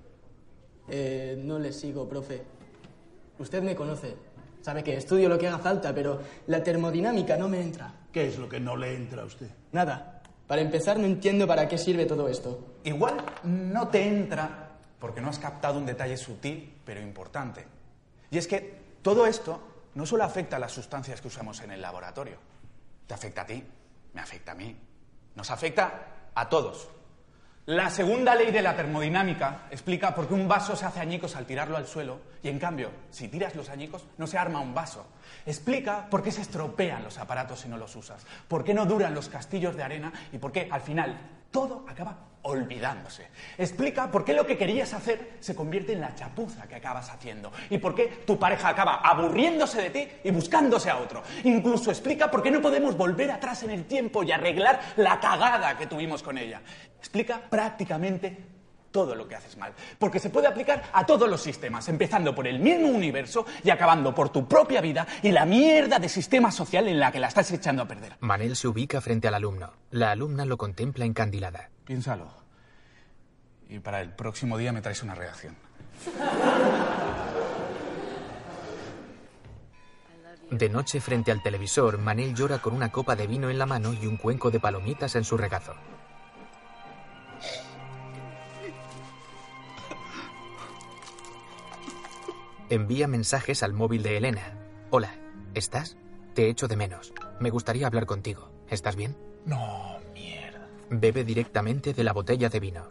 No le sigo, profe. Usted me conoce. Sabe que estudio lo que haga falta, pero la termodinámica no me entra. ¿Qué es lo que no le entra a usted? Nada. Para empezar, no entiendo para qué sirve todo esto. Igual no te entra porque no has captado un detalle sutil, pero importante. Y es que todo esto no solo afecta a las sustancias que usamos en el laboratorio. Te afecta a ti, me afecta a mí, nos afecta a todos. La segunda ley de la termodinámica explica por qué un vaso se hace añicos al tirarlo al suelo y, en cambio, si tiras los añicos, no se arma un vaso. Explica por qué se estropean los aparatos si no los usas, por qué no duran los castillos de arena y por qué, al final, todo acaba olvidándose. Explica por qué lo que querías hacer se convierte en la chapuza que acabas haciendo y por qué tu pareja acaba aburriéndose de ti y buscándose a otro. Incluso explica por qué no podemos volver atrás en el tiempo y arreglar la cagada que tuvimos con ella. Explica prácticamente todo lo que haces mal, porque se puede aplicar a todos los sistemas, empezando por el mismo universo y acabando por tu propia vida y la mierda de sistema social en la que la estás echando a perder. Manel se ubica frente al alumno. La alumna lo contempla encandilada. Piénsalo. Y para el próximo día me traes una reacción. De noche, frente al televisor, Manel llora con una copa de vino en la mano y un cuenco de palomitas en su regazo. Envía mensajes al móvil de Elena. Hola, ¿estás? Te echo de menos. Me gustaría hablar contigo. ¿Estás bien? No, mierda. Bebe directamente de la botella de vino.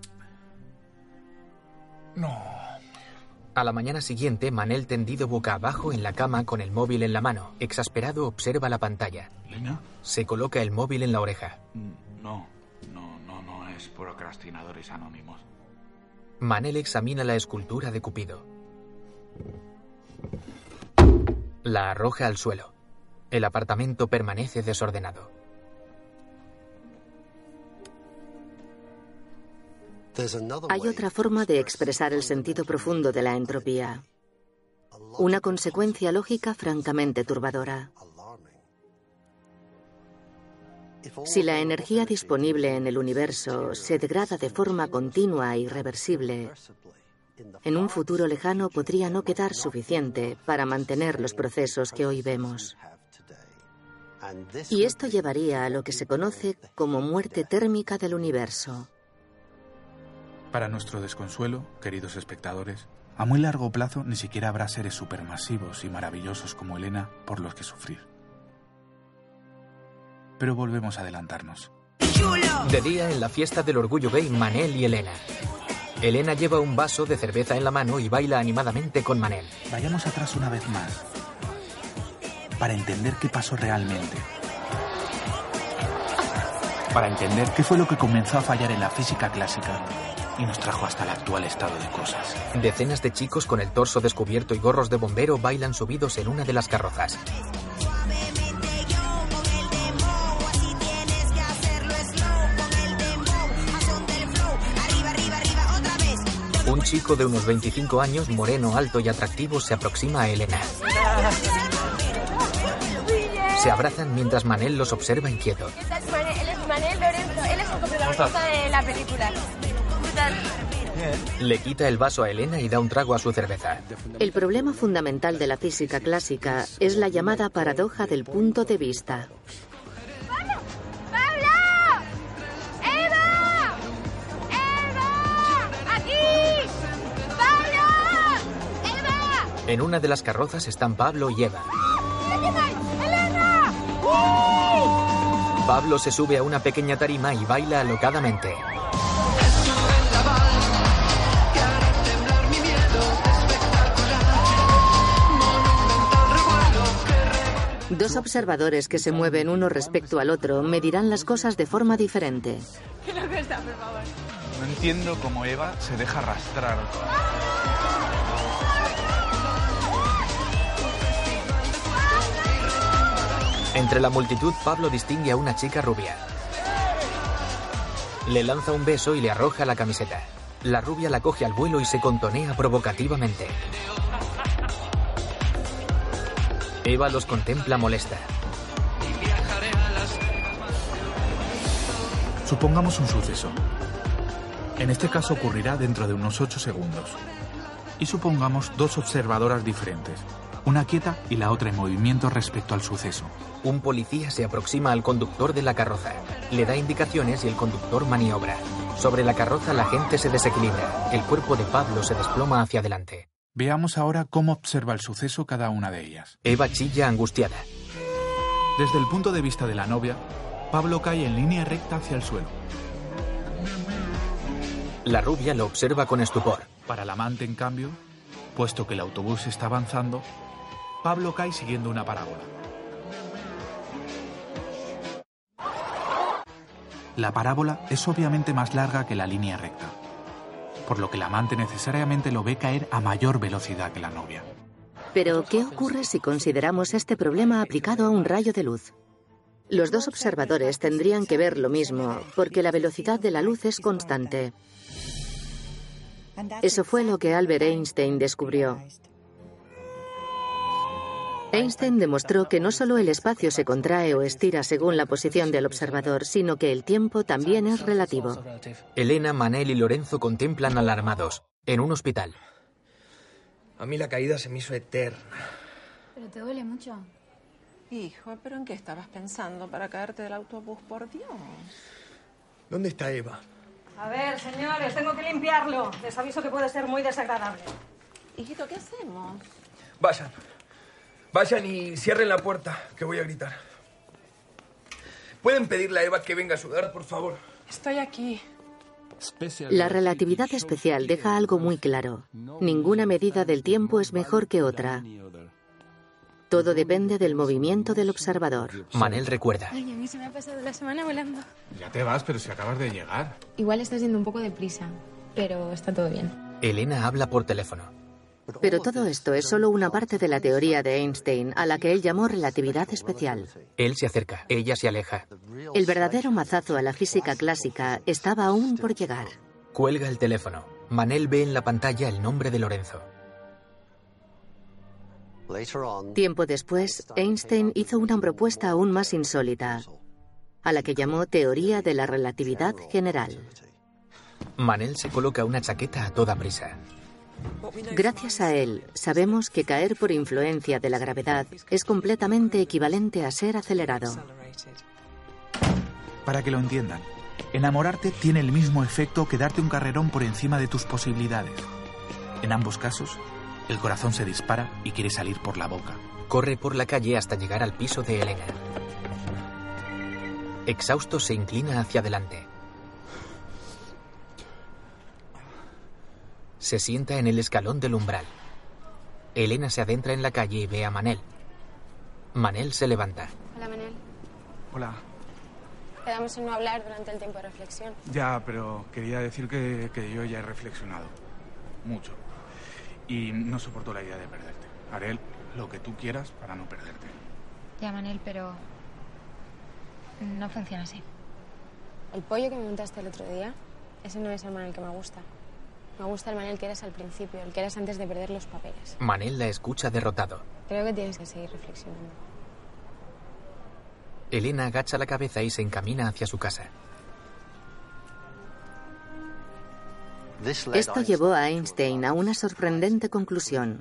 No. A la mañana siguiente, Manel tendido boca abajo en la cama con el móvil en la mano. Exasperado, observa la pantalla. ¿Elena? Se coloca el móvil en la oreja. No es procrastinadores anónimos. Manel examina la escultura de Cupido. La arroja al suelo. El apartamento permanece desordenado. Hay otra forma de expresar el sentido profundo de la entropía. Una consecuencia lógica francamente turbadora. Si la energía disponible en el universo se degrada de forma continua e irreversible, en un futuro lejano podría no quedar suficiente para mantener los procesos que hoy vemos. Y esto llevaría a lo que se conoce como muerte térmica del universo. Para nuestro desconsuelo, queridos espectadores, a muy largo plazo ni siquiera habrá seres supermasivos y maravillosos como Elena por los que sufrir. Pero volvemos a adelantarnos. De día, en la fiesta del orgullo gay, Manel y Elena. Elena lleva un vaso de cerveza en la mano y baila animadamente con Manel. Vayamos atrás una vez más, para entender qué pasó realmente. Para entender qué fue lo que comenzó a fallar en la física clásica y nos trajo hasta el actual estado de cosas. Decenas de chicos con el torso descubierto y gorros de bombero bailan subidos en una de las carrozas. Un chico de unos 25 años, moreno, alto y atractivo, se aproxima a Elena. Se abrazan mientras Manel los observa inquieto. ¿Qué tal? Él es Manel Lorenzo, él es el coprotagonista de la película. ¿Qué tal? Le quita el vaso a Elena y da un trago a su cerveza. El problema fundamental de la física clásica es la llamada paradoja del punto de vista. En una de las carrozas están Pablo y Eva. ¡Elena! Pablo se sube a una pequeña tarima y baila alocadamente. Dos observadores que se mueven uno respecto al otro medirán las cosas de forma diferente. ¿Qué lo que está, por favor? No entiendo cómo Eva se deja arrastrar. Entre la multitud, Pablo distingue a una chica rubia. Le lanza un beso y le arroja la camiseta. La rubia la coge al vuelo y se contonea provocativamente. Eva los contempla molesta. Supongamos un suceso. En este caso ocurrirá dentro de unos 8 segundos. Y supongamos dos observadoras diferentes. Una quieta y la otra en movimiento respecto al suceso. Un policía se aproxima al conductor de la carroza. Le da indicaciones y el conductor maniobra. Sobre la carroza la gente se desequilibra. El cuerpo de Pablo se desploma hacia adelante. Veamos ahora cómo observa el suceso cada una de ellas. Eva chilla angustiada. Desde el punto de vista de la novia, Pablo cae en línea recta hacia el suelo. La rubia lo observa con estupor. Para la amante, en cambio, puesto que el autobús está avanzando, Pablo cae siguiendo una parábola. La parábola es obviamente más larga que la línea recta, por lo que la amante necesariamente lo ve caer a mayor velocidad que la novia. Pero, ¿qué ocurre si consideramos este problema aplicado a un rayo de luz? Los dos observadores tendrían que ver lo mismo, porque la velocidad de la luz es constante. Eso fue lo que Albert Einstein descubrió. Einstein demostró que no solo el espacio se contrae o estira según la posición del observador, sino que el tiempo también es relativo. Elena, Manel y Lorenzo contemplan alarmados, en un hospital. A mí la caída se me hizo eterna. ¿Pero te duele mucho? Hijo, ¿pero en qué estabas pensando para caerte del autobús, por Dios? ¿Dónde está Eva? A ver, señores, tengo que limpiarlo. Les aviso que puede ser muy desagradable. Hijito, ¿qué hacemos? Vayan y cierren la puerta, que voy a gritar. ¿Pueden pedirle a Eva que venga a ayudar, por favor? Estoy aquí. La relatividad especial deja algo muy claro. Ninguna medida del tiempo es mejor que otra. Todo depende del movimiento del observador. Manel recuerda. Ay, a mí se me ha pasado la semana volando. Ya te vas, pero si acabas de llegar. Igual estás yendo un poco deprisa, pero está todo bien. Elena habla por teléfono. Pero todo esto es solo una parte de la teoría de Einstein, a la que él llamó relatividad especial. Él se acerca, ella se aleja. El verdadero mazazo a la física clásica estaba aún por llegar. Cuelga el teléfono. Manel ve en la pantalla el nombre de Lorenzo. Tiempo después, Einstein hizo una propuesta aún más insólita, a la que llamó teoría de la relatividad general. Manel se coloca una chaqueta a toda prisa. Gracias a él, sabemos que caer por influencia de la gravedad es completamente equivalente a ser acelerado. Para que lo entiendan, enamorarte tiene el mismo efecto que darte un carrerón por encima de tus posibilidades. En ambos casos, el corazón se dispara y quiere salir por la boca. Corre por la calle hasta llegar al piso de Elena. Exhausto, se inclina hacia adelante. Se sienta en el escalón del umbral. Elena se adentra en la calle y ve a Manel. Manel se levanta. Hola, Manel. Hola. Quedamos en no hablar durante el tiempo de reflexión. Ya, pero quería decir que yo ya he reflexionado. Mucho. Y no soporto la idea de perderte. Haré lo que tú quieras para no perderte. Ya, Manel, pero no funciona así. El pollo que me montaste el otro día, ese no es el Manel que me gusta. Me gusta el Manel que eras al principio, el que eras antes de perder los papeles. Manel la escucha derrotado. Creo que tienes que seguir reflexionando. Elena agacha la cabeza y se encamina hacia su casa. Esto llevó a Einstein a una sorprendente conclusión.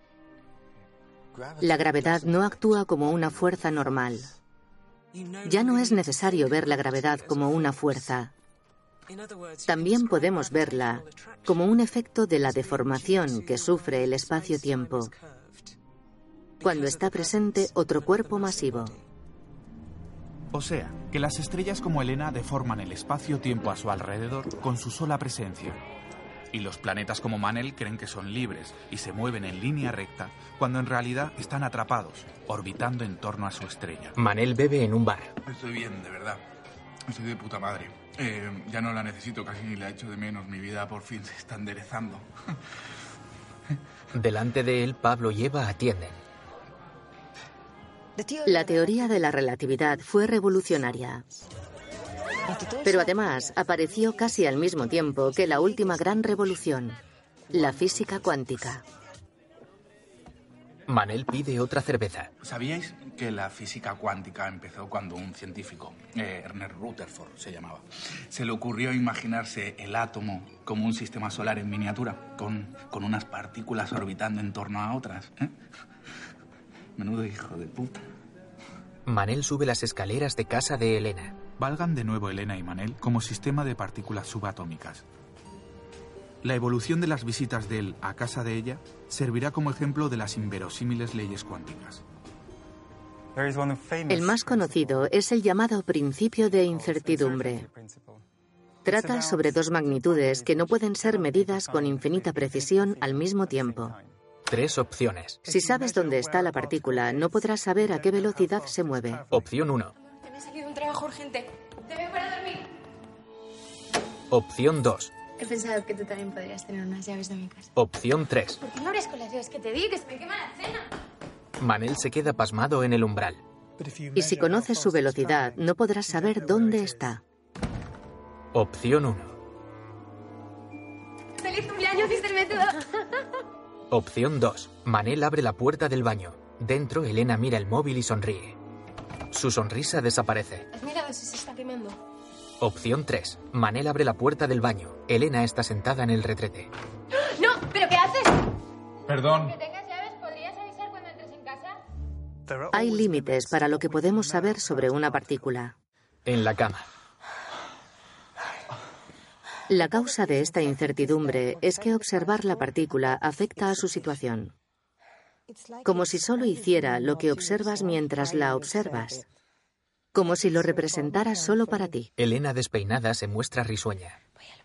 La gravedad no actúa como una fuerza normal. Ya no es necesario ver la gravedad como una fuerza. También podemos verla como un efecto de la deformación que sufre el espacio-tiempo cuando está presente otro cuerpo masivo. O sea, que las estrellas como Elena deforman el espacio-tiempo a su alrededor con su sola presencia. Y los planetas como Manel creen que son libres y se mueven en línea recta, cuando en realidad están atrapados, orbitando en torno a su estrella. Manel bebe en un bar. Estoy bien, de verdad. Estoy de puta madre. Ya no la necesito casi ni la echo de menos. Mi vida por fin se está enderezando. Delante de él, Pablo y Eva atienden. La teoría de la relatividad fue revolucionaria. Pero además apareció casi al mismo tiempo que la última gran revolución, la física cuántica. Manel pide otra cerveza. ¿Sabíais que la física cuántica empezó cuando un científico, Ernest Rutherford se llamaba, se le ocurrió imaginarse el átomo como un sistema solar en miniatura, con unas partículas orbitando en torno a otras? Menudo hijo de puta. Manel sube las escaleras de casa de Elena. Valgan de nuevo Elena y Manel como sistema de partículas subatómicas. La evolución de las visitas de él a casa de ella servirá como ejemplo de las inverosímiles leyes cuánticas. El más conocido es el llamado principio de incertidumbre. Trata sobre dos magnitudes que no pueden ser medidas con infinita precisión al mismo tiempo. 3 opciones. Si sabes dónde está la partícula, no podrás saber a qué velocidad se mueve. Opción 1. Me ha salido un trabajo urgente. Te veo para dormir. Opción 2. He pensado que tú también podrías tener unas llaves de mi casa. Opción 3. ¿Por qué no abres con las llaves que te di? Que se me quema la cena. Manel se queda pasmado en el umbral. Y si conoces su velocidad, no podrás saber dónde está. Opción 1. ¡Feliz cumpleaños, Mr. Método! Opción 2. Manel abre la puerta del baño. Dentro, Elena mira el móvil y sonríe. Su sonrisa desaparece. ¿Has mirado si se está quemando? Opción 3. Manel abre la puerta del baño. Elena está sentada en el retrete. ¡No! ¿Pero qué haces? Perdón. Que tengas llaves, ¿podrías avisar cuando entres en casa? Hay límites para lo que podemos saber sobre una partícula. En la cama. La causa de esta incertidumbre es que observar la partícula afecta a su situación. Como si solo hiciera lo que observas mientras la observas. Como si lo representara solo para ti. Elena, despeinada, se muestra risueña. Voy al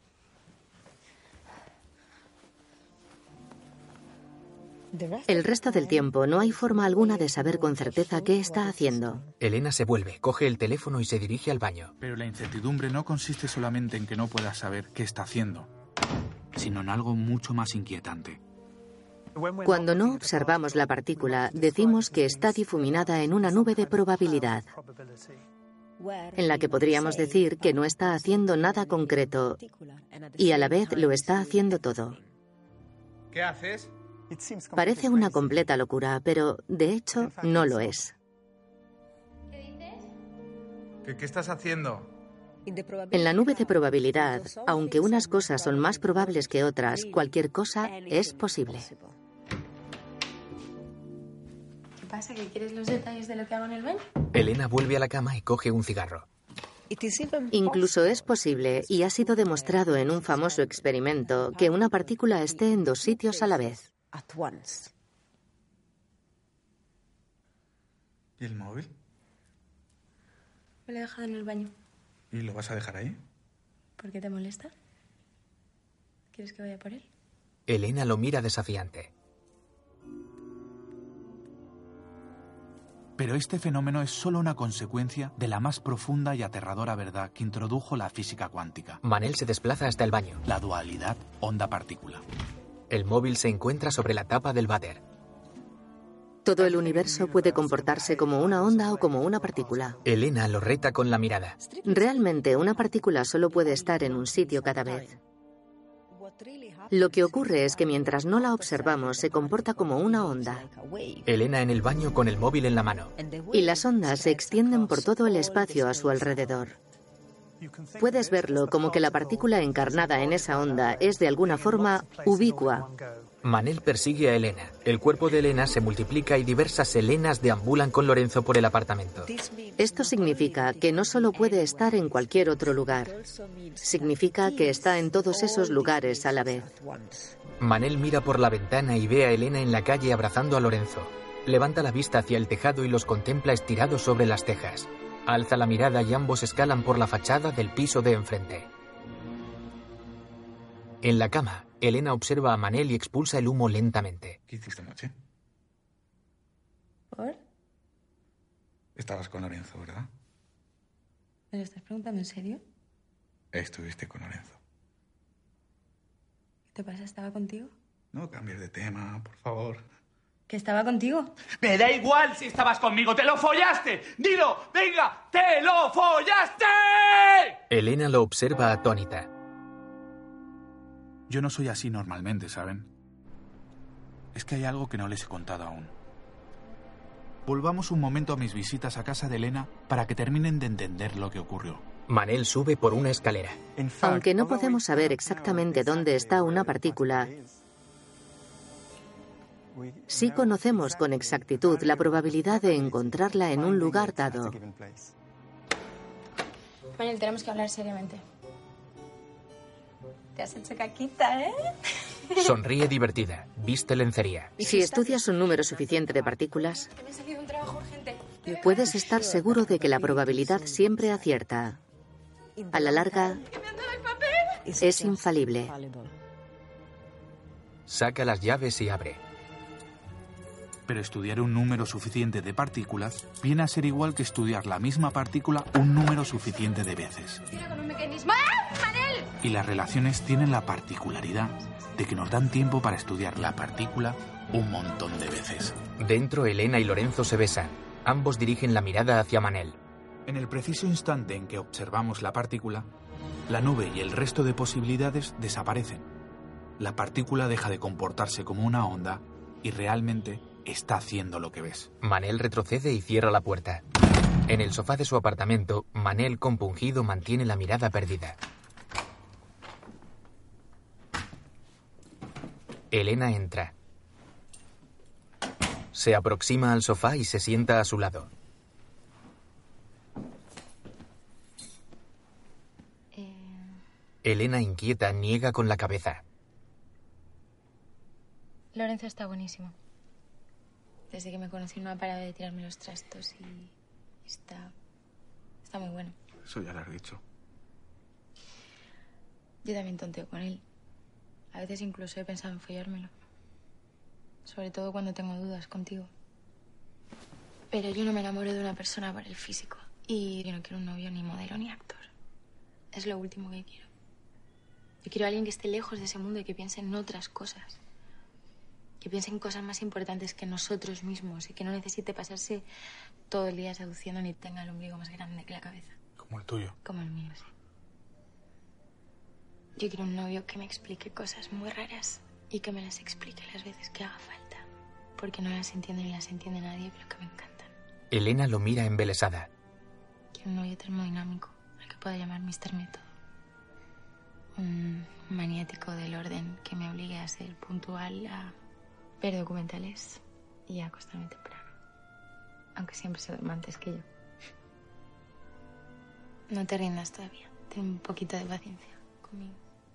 baño. El resto del tiempo no hay forma alguna de saber con certeza qué está haciendo. Elena se vuelve, coge el teléfono y se dirige al baño. Pero la incertidumbre no consiste solamente en que no puedas saber qué está haciendo, sino en algo mucho más inquietante. Cuando no observamos la partícula, decimos que está difuminada en una nube de probabilidad, en la que podríamos decir que no está haciendo nada concreto y a la vez lo está haciendo todo. ¿Qué haces? Parece una completa locura, pero de hecho no lo es. ¿Qué dices? ¿Qué estás haciendo? En la nube de probabilidad, aunque unas cosas son más probables que otras, cualquier cosa es posible. ¿Qué pasa? ¿Que quieres los detalles de lo que hago en el baño? Elena vuelve a la cama y coge un cigarro. Incluso es posible, y ha sido demostrado en un famoso experimento, que una partícula esté en 2 sitios a la vez. ¿Y el móvil? Me lo he dejado en el baño. ¿Y lo vas a dejar ahí? ¿Por qué te molesta? ¿Quieres que vaya por él? Elena lo mira desafiante. Pero este fenómeno es solo una consecuencia de la más profunda y aterradora verdad que introdujo la física cuántica. Manel se desplaza hasta el baño. La dualidad onda-partícula. El móvil se encuentra sobre la tapa del váter. Todo el universo puede comportarse como una onda o como una partícula. Elena lo reta con la mirada. Realmente, una partícula solo puede estar en un sitio cada vez. Lo que ocurre es que mientras no la observamos, se comporta como una onda. Elena en el baño con el móvil en la mano. Y las ondas se extienden por todo el espacio a su alrededor. Puedes verlo como que la partícula encarnada en esa onda es de alguna forma ubicua. Manel persigue a Elena. El cuerpo de Elena se multiplica y diversas Elenas deambulan con Lorenzo por el apartamento. Esto significa que no solo puede estar en cualquier otro lugar. Significa que está en todos esos lugares a la vez. Manel mira por la ventana y ve a Elena en la calle abrazando a Lorenzo. Levanta la vista hacia el tejado y los contempla estirados sobre las tejas. Alza la mirada y ambos escalan por la fachada del piso de enfrente. En la cama, Elena observa a Manel y expulsa el humo lentamente. ¿Qué hiciste anoche? ¿Por? Estabas con Lorenzo, ¿verdad? ¿Me lo estás preguntando en serio? Estuviste con Lorenzo. ¿Qué te pasa? ¿Estaba contigo? No cambies de tema, por favor. ¿Que estaba contigo? Me da igual si estabas conmigo. ¡Te lo follaste! ¡Dilo! ¡Venga! ¡Te lo follaste! Elena lo observa atónita. Yo no soy así normalmente, ¿saben? Es que hay algo que no les he contado aún. Volvamos un momento a mis visitas a casa de Elena para que terminen de entender lo que ocurrió. Manel sube por una escalera. Aunque no podemos saber exactamente dónde está una partícula, sí conocemos con exactitud la probabilidad de encontrarla en un lugar dado. Manel, tenemos que hablar seriamente. Te has hecho caquita, ¿eh? Sonríe divertida. Viste lencería. Si estudias un número suficiente de partículas, Que me ha salido un trabajo urgente. puedes estar seguro de que la probabilidad siempre acierta. A la larga, es infalible. Saca las llaves y abre. Pero estudiar un número suficiente de partículas viene a ser igual que estudiar la misma partícula un número suficiente de veces. Con un mecanismo. ¡Ah! ¡Manel! Y las relaciones tienen la particularidad de que nos dan tiempo para estudiar la partícula un montón de veces. Dentro, Elena y Lorenzo se besan. Ambos dirigen la mirada hacia Manel. En el preciso instante en que observamos la partícula, la nube y el resto de posibilidades desaparecen. La partícula deja de comportarse como una onda y realmente está haciendo lo que ves. Manel retrocede y cierra la puerta. En el sofá de su apartamento, Manel, compungido, mantiene la mirada perdida. Elena entra. Se aproxima al sofá y se sienta a su lado. Elena, inquieta, niega con la cabeza. Lorenzo está buenísimo. Desde que me conocí no ha parado de tirarme los trastos y está muy bueno. Eso ya lo has dicho. Yo también tonteo con él. A veces incluso he pensado en follármelo. Sobre todo cuando tengo dudas contigo. Pero yo no me enamoro de una persona por el físico. Y yo no quiero un novio ni modelo ni actor. Es lo último que quiero. Yo quiero a alguien que esté lejos de ese mundo y que piense en otras cosas. Que piense en cosas más importantes que nosotros mismos y que no necesite pasarse todo el día seduciendo ni tenga el ombligo más grande que la cabeza. Como el tuyo. Como el mío, sí. Yo quiero un novio que me explique cosas muy raras y que me las explique las veces que haga falta. Porque no las entiende ni las entiende nadie, pero que me encantan. Elena lo mira embelesada. Quiero un novio termodinámico, al que pueda llamar Mr. Método. Un maniático del orden que me obligue a ser puntual, a ver documentales y a acostarme temprano. Aunque siempre se duerma antes que yo. No te rindas todavía. Ten un poquito de paciencia conmigo.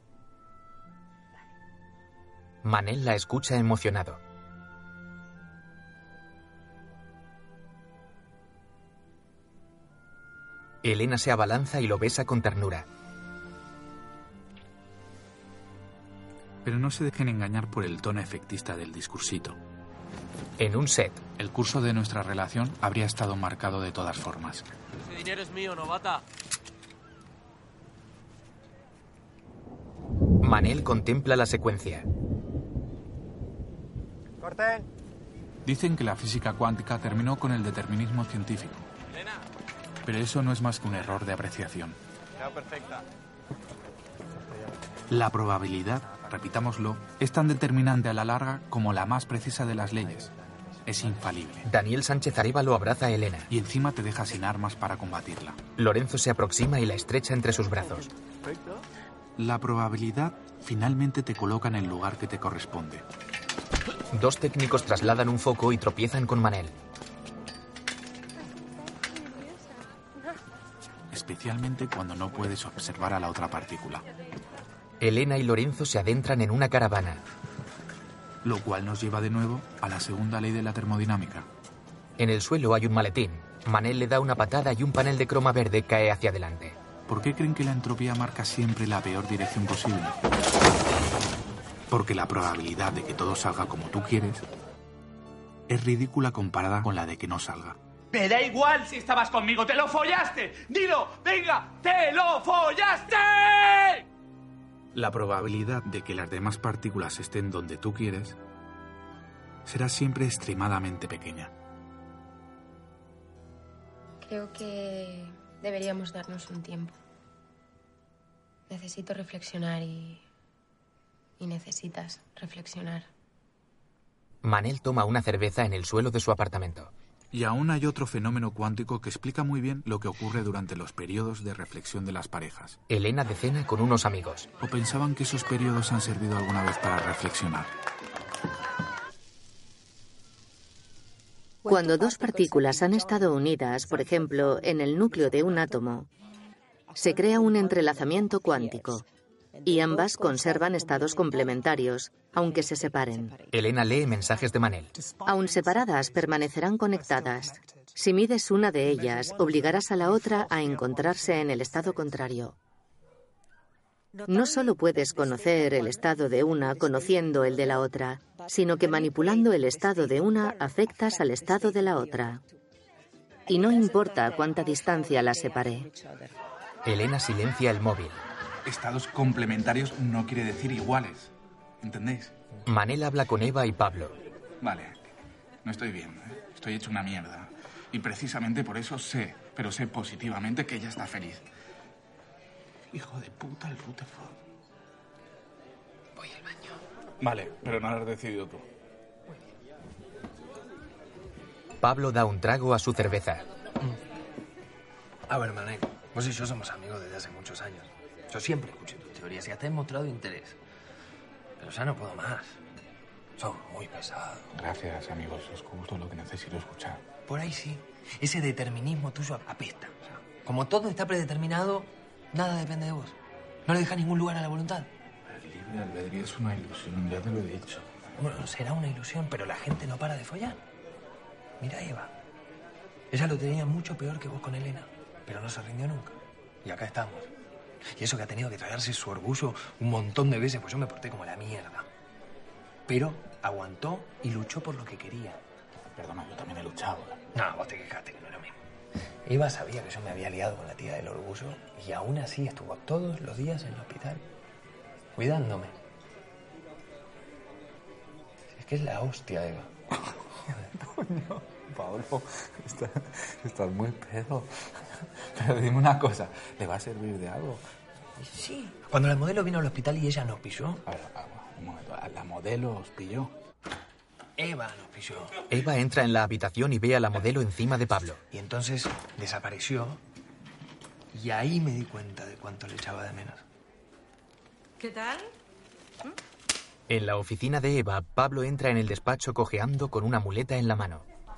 Manel la escucha emocionado. Elena se abalanza y lo besa con ternura. Pero no se dejen engañar por el tono efectista del discursito. En un set. El curso de nuestra relación habría estado marcado de todas formas. Ese dinero es mío, novata. Manel contempla la secuencia. ¡Corten! Dicen que la física cuántica terminó con el determinismo científico. Elena. Pero eso no es más que un error de apreciación. Queda perfecta. La probabilidad, repitámoslo, es tan determinante a la larga como la más precisa de las leyes. Es infalible. Daniel Sánchez Arévalo abraza a Elena. Y encima te deja sin armas para combatirla. Lorenzo se aproxima y la estrecha entre sus brazos. La probabilidad finalmente te coloca en el lugar que te corresponde. Dos técnicos trasladan un foco y tropiezan con Manel. Especialmente cuando no puedes observar a la otra partícula. Elena y Lorenzo se adentran en una caravana. Lo cual nos lleva de nuevo a la segunda ley de la termodinámica. En el suelo hay un maletín. Manel le da una patada y un panel de croma verde cae hacia adelante. ¿Por qué creen que la entropía marca siempre la peor dirección posible? Porque la probabilidad de que todo salga como tú quieres es ridícula comparada con la de que no salga. Me da igual si estabas conmigo, ¡te lo follaste! ¡Dilo! ¡Venga! ¡Te lo follaste! La probabilidad de que las demás partículas estén donde tú quieres será siempre extremadamente pequeña. Creo que deberíamos darnos un tiempo. Necesito reflexionar y necesitas reflexionar. Manel toma una cerveza en el suelo de su apartamento. Y aún hay otro fenómeno cuántico que explica muy bien lo que ocurre durante los periodos de reflexión de las parejas. Elena de cena con unos amigos. ¿O pensaban que esos periodos han servido alguna vez para reflexionar? Cuando dos partículas han estado unidas, por ejemplo, en el núcleo de un átomo, se crea un entrelazamiento cuántico y ambas conservan estados complementarios, aunque se separen. Elena lee mensajes de Manel. Aun separadas, permanecerán conectadas. Si mides una de ellas, obligarás a la otra a encontrarse en el estado contrario. No solo puedes conocer el estado de una conociendo el de la otra, sino que manipulando el estado de una afectas al estado de la otra. Y no importa cuánta distancia las separe. Elena silencia el móvil. Estados complementarios no quiere decir iguales. ¿Entendéis? Manel habla con Eva y Pablo. Vale, no estoy bien, ¿eh? Estoy hecho una mierda. Y precisamente por eso sé, pero sé positivamente que ella está feliz. Hijo de puta el Rutherford. Voy al baño. Vale, pero no lo has decidido tú. Pablo da un trago a su cerveza. A ver, Manel, vos y yo somos amigos desde hace muchos años. Yo siempre escuché tus teorías y hasta he mostrado interés. Pero ya no puedo más. Son muy pesados. Gracias, amigos. Es justo lo que necesito escuchar. Por ahí sí. Ese determinismo tuyo apesta. O sea, como todo está predeterminado, nada depende de vos. No le dejas ningún lugar a la voluntad. El libre albedrío es una ilusión, ya te lo he dicho. Bueno, será una ilusión, pero la gente no para de follar. Mira a Eva. Ella lo tenía mucho peor que vos con Elena, pero no se rindió nunca. Y acá estamos. Y eso que ha tenido que tragarse su orgullo un montón de veces, pues yo me porté como la mierda. Pero aguantó y luchó por lo que quería. Perdona, yo también he luchado. No, vos te quejaste, que no es lo mismo. Eva sabía que yo me había liado con la tía del orgullo y aún así estuvo todos los días en el hospital, cuidándome. Es que es la hostia, Eva. Coño, Pablo, estás muy pedo. Pero dime una cosa, ¿le va a servir de algo? Sí. Cuando la modelo vino al hospital y ella nos pilló. A ver, un momento, ¿la modelo os pilló? Eva nos pilló. Eva entra en la habitación y ve a la modelo encima de Pablo. Y entonces desapareció Y ahí me di cuenta de cuánto le echaba de menos. ¿Qué tal? En la oficina de Eva, Pablo entra en el despacho cojeando con una muleta en la mano.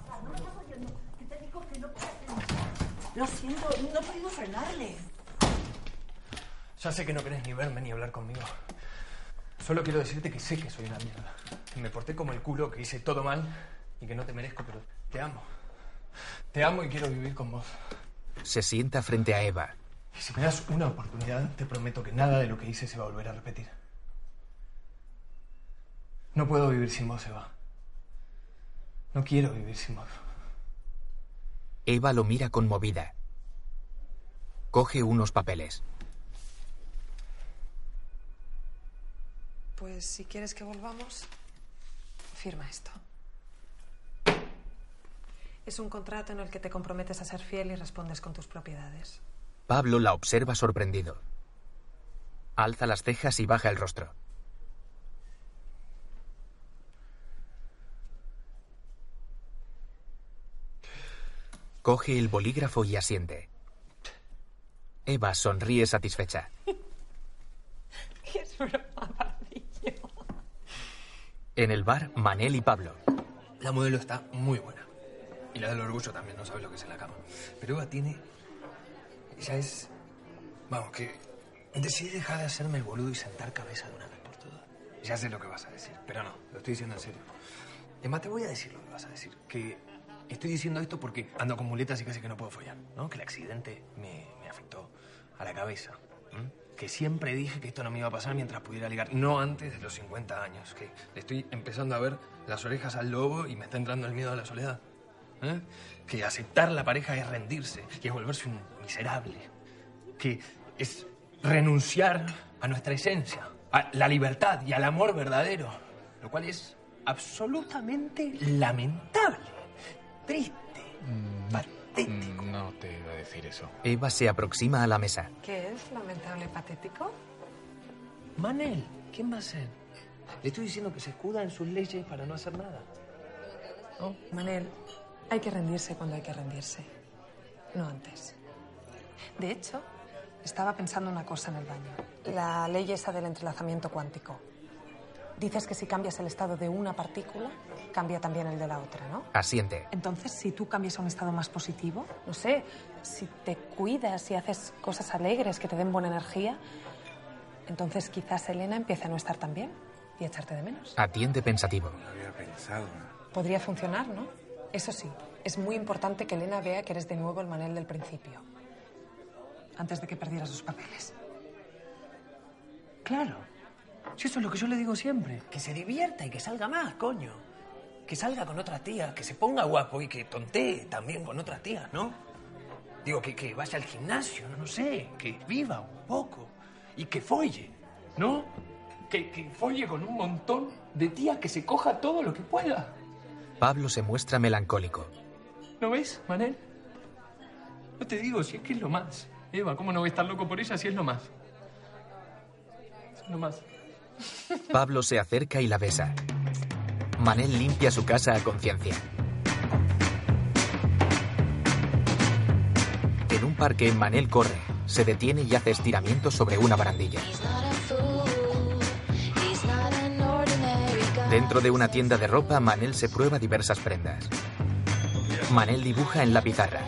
Lo siento, no he podido frenarle. Ya sé que no querés ni verme ni hablar conmigo. Solo quiero decirte que sé que soy una mierda. Que me porté como el culo, que hice todo mal y que no te merezco, pero te amo. Te amo y quiero vivir con vos. Se sienta frente a Eva. Y si me das una oportunidad, te prometo que nada de lo que hice se va a volver a repetir. No puedo vivir sin vos, Eva. No quiero vivir sin vos. Eva lo mira conmovida. Coge unos papeles. Pues si quieres que volvamos, firma esto. Es un contrato en el que te comprometes a ser fiel y respondes con tus propiedades. Pablo la observa sorprendido. Alza las cejas y baja el rostro. Coge el bolígrafo y asiente. Eva sonríe satisfecha. Es broma, Pardillo. En el bar, Manel y Pablo. La modelo está muy buena. Y la del orgullo también, no sabes lo que es en la cama. Pero Eva tiene... Ella es... Vamos, que... Decidí dejar de hacerme el boludo y sentar cabeza de una vez por todas. Ya sé lo que vas a decir, pero no, lo estoy diciendo en serio. Además, te voy a decir lo que vas a decir. Que estoy diciendo esto porque ando con muletas y casi que no puedo follar, ¿no? Que el accidente me afectó a la cabeza. Que siempre dije que esto no me iba a pasar mientras pudiera ligar. No antes de los 50 años. Que le estoy empezando a ver las orejas al lobo y me está entrando el miedo a la soledad. Que aceptar la pareja es rendirse y es volverse un miserable. Que es renunciar a nuestra esencia, a la libertad y al amor verdadero. Lo cual es absolutamente lamentable, triste, patético. No te iba a decir eso. Eva se aproxima a la mesa. ¿Qué es lamentable, patético? Manel, ¿quién va a ser? Le estoy diciendo que se escuda en sus leyes para no hacer nada. No, Manel, hay que rendirse cuando hay que rendirse, no antes. De hecho, estaba pensando una cosa en el baño. La ley esa del entrelazamiento cuántico. Dices que si cambias el estado de una partícula, cambia también el de la otra, ¿no? Asiente. Entonces, si tú cambias a un estado más positivo, no sé, si te cuidas y haces cosas alegres que te den buena energía, entonces quizás Elena empiece a no estar tan bien y a echarte de menos. Atiende pensativo. No había pensado. Podría funcionar, ¿no? Eso sí, es muy importante que Elena vea que eres de nuevo el Manel del principio, antes de que perdieras sus papeles. Claro. Si eso es lo que yo le digo siempre. Que se divierta y que salga más, coño. Que salga con otra tía, que se ponga guapo y que tontee también con otra tía, ¿no? Digo, que vaya al gimnasio, no sé, que viva un poco y que folle, ¿no? Que folle con un montón de tías, que se coja todo lo que pueda. Pablo se muestra melancólico. ¿No ves, Manel? No te digo, si es que es lo más. Eva, ¿cómo no voy a estar loco por ella si es lo más? Es lo más. Pablo se acerca y la besa. Manel limpia su casa a conciencia. En un parque, Manel corre, se detiene y hace estiramientos sobre una barandilla. Dentro de una tienda de ropa, Manel se prueba diversas prendas. Manel dibuja en la pizarra.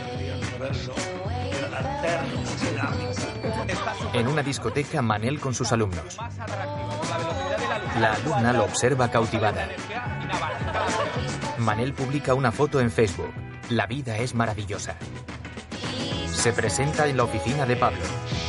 En una discoteca, Manel con sus alumnos. La alumna lo observa cautivada. Manel publica una foto en Facebook. La vida es maravillosa. Se presenta en la oficina de Pablo.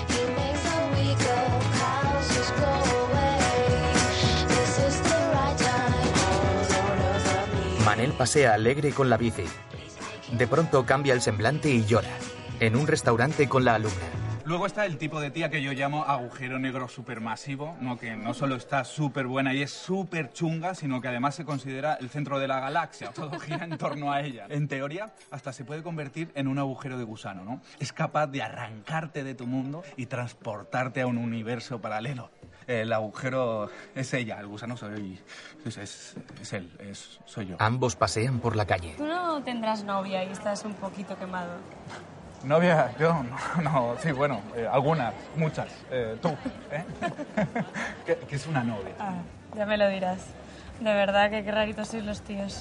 Manel pasea alegre con la bici. De pronto cambia el semblante y llora. En un restaurante con la alumna. Luego está el tipo de tía que yo llamo agujero negro supermasivo, ¿no? Que no solo está súper buena y es súper chunga, sino que además se considera el centro de la galaxia. Todo gira en torno a ella. En teoría, hasta se puede convertir en un agujero de gusano, ¿no? Es capaz de arrancarte de tu mundo y transportarte a un universo paralelo. El agujero es ella, el gusano soy... Es él, soy yo. Ambos pasean por la calle. Tú no tendrás novia y estás un poquito quemado. Novia, yo no, sí, bueno, algunas, muchas, tú, ¿eh? ¿Qué es una novia? Ya me lo dirás. De verdad que qué raritos sois los tíos.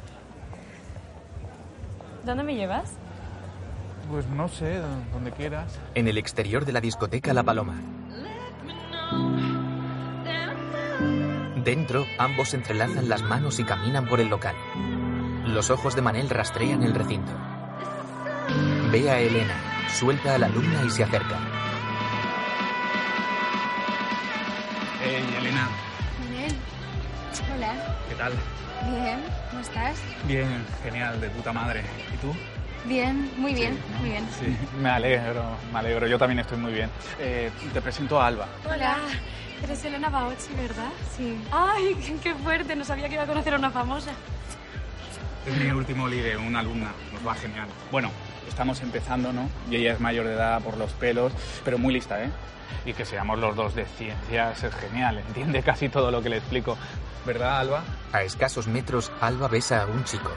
¿Dónde me llevas? Pues no sé, donde quieras. En el exterior de la discoteca La Paloma. Dentro, ambos entrelazan las manos y caminan por el local. Los ojos de Manel rastrean el recinto. Ve a Elena, suelta a la alumna y se acerca. Hey, Elena. Manel. Hola. ¿Qué tal? Bien. ¿Cómo estás? Bien, genial, de puta madre. ¿Y tú? Bien, muy bien, Sí, ¿no? muy bien. Sí, me alegro. Yo también estoy muy bien. Te presento a Alba. Hola. Eres Elena Baocchi, ¿verdad? Sí. Ay, qué fuerte. No sabía que iba a conocer a una famosa. Es mi último ligue, una alumna. Nos va genial. Bueno, estamos empezando, ¿no? Y ella es mayor de edad por los pelos, pero muy lista, ¿eh? Y que seamos los dos de ciencias es genial. Entiende casi todo lo que le explico. ¿Verdad, Alba? A escasos metros, Alba besa a un chico.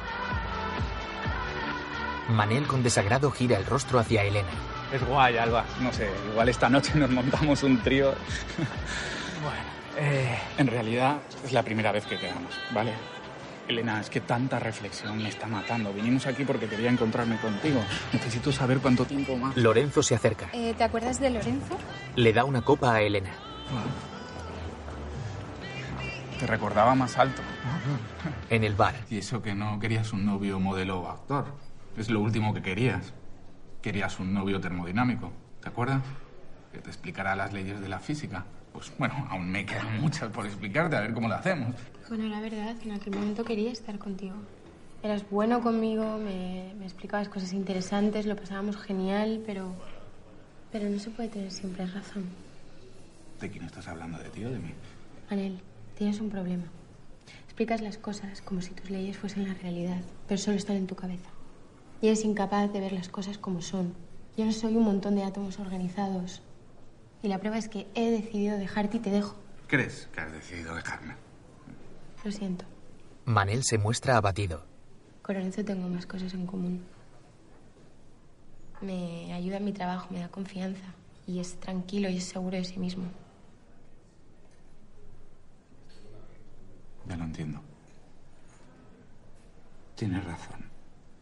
Manel con desagrado gira el rostro hacia Elena. Es guay, Alba. No sé, igual esta noche nos montamos un trío. Bueno, en realidad es la primera vez que quedamos, ¿vale? Elena, es que tanta reflexión me está matando. Vinimos aquí porque quería encontrarme contigo. Necesito saber cuánto tiempo más. Lorenzo se acerca. ¿Te acuerdas de Lorenzo? Le da una copa a Elena. Te recordaba más alto. En el bar. Y eso que no querías un novio modelo o actor. Es lo último que querías. Querías un novio termodinámico. ¿Te acuerdas? Que te explicará las leyes de la física. Pues bueno, aún me quedan muchas por explicarte, a ver cómo lo hacemos. Bueno, la verdad, en aquel momento quería estar contigo. Eras bueno conmigo, me explicabas cosas interesantes, lo pasábamos genial, pero no se puede tener siempre razón. ¿De quién estás hablando? ¿De ti o de mí? Manel, tienes un problema. Explicas las cosas como si tus leyes fuesen la realidad, pero solo están en tu cabeza. Y eres incapaz de ver las cosas como son. Yo no soy un montón de átomos organizados. Y la prueba es que he decidido dejarte y te dejo. ¿Crees que has decidido dejarme? Lo siento. Manel se muestra abatido. Con Lorenzo tengo más cosas en común. Me ayuda en mi trabajo, me da confianza. Y es tranquilo y es seguro de sí mismo. Ya lo entiendo. Tienes razón.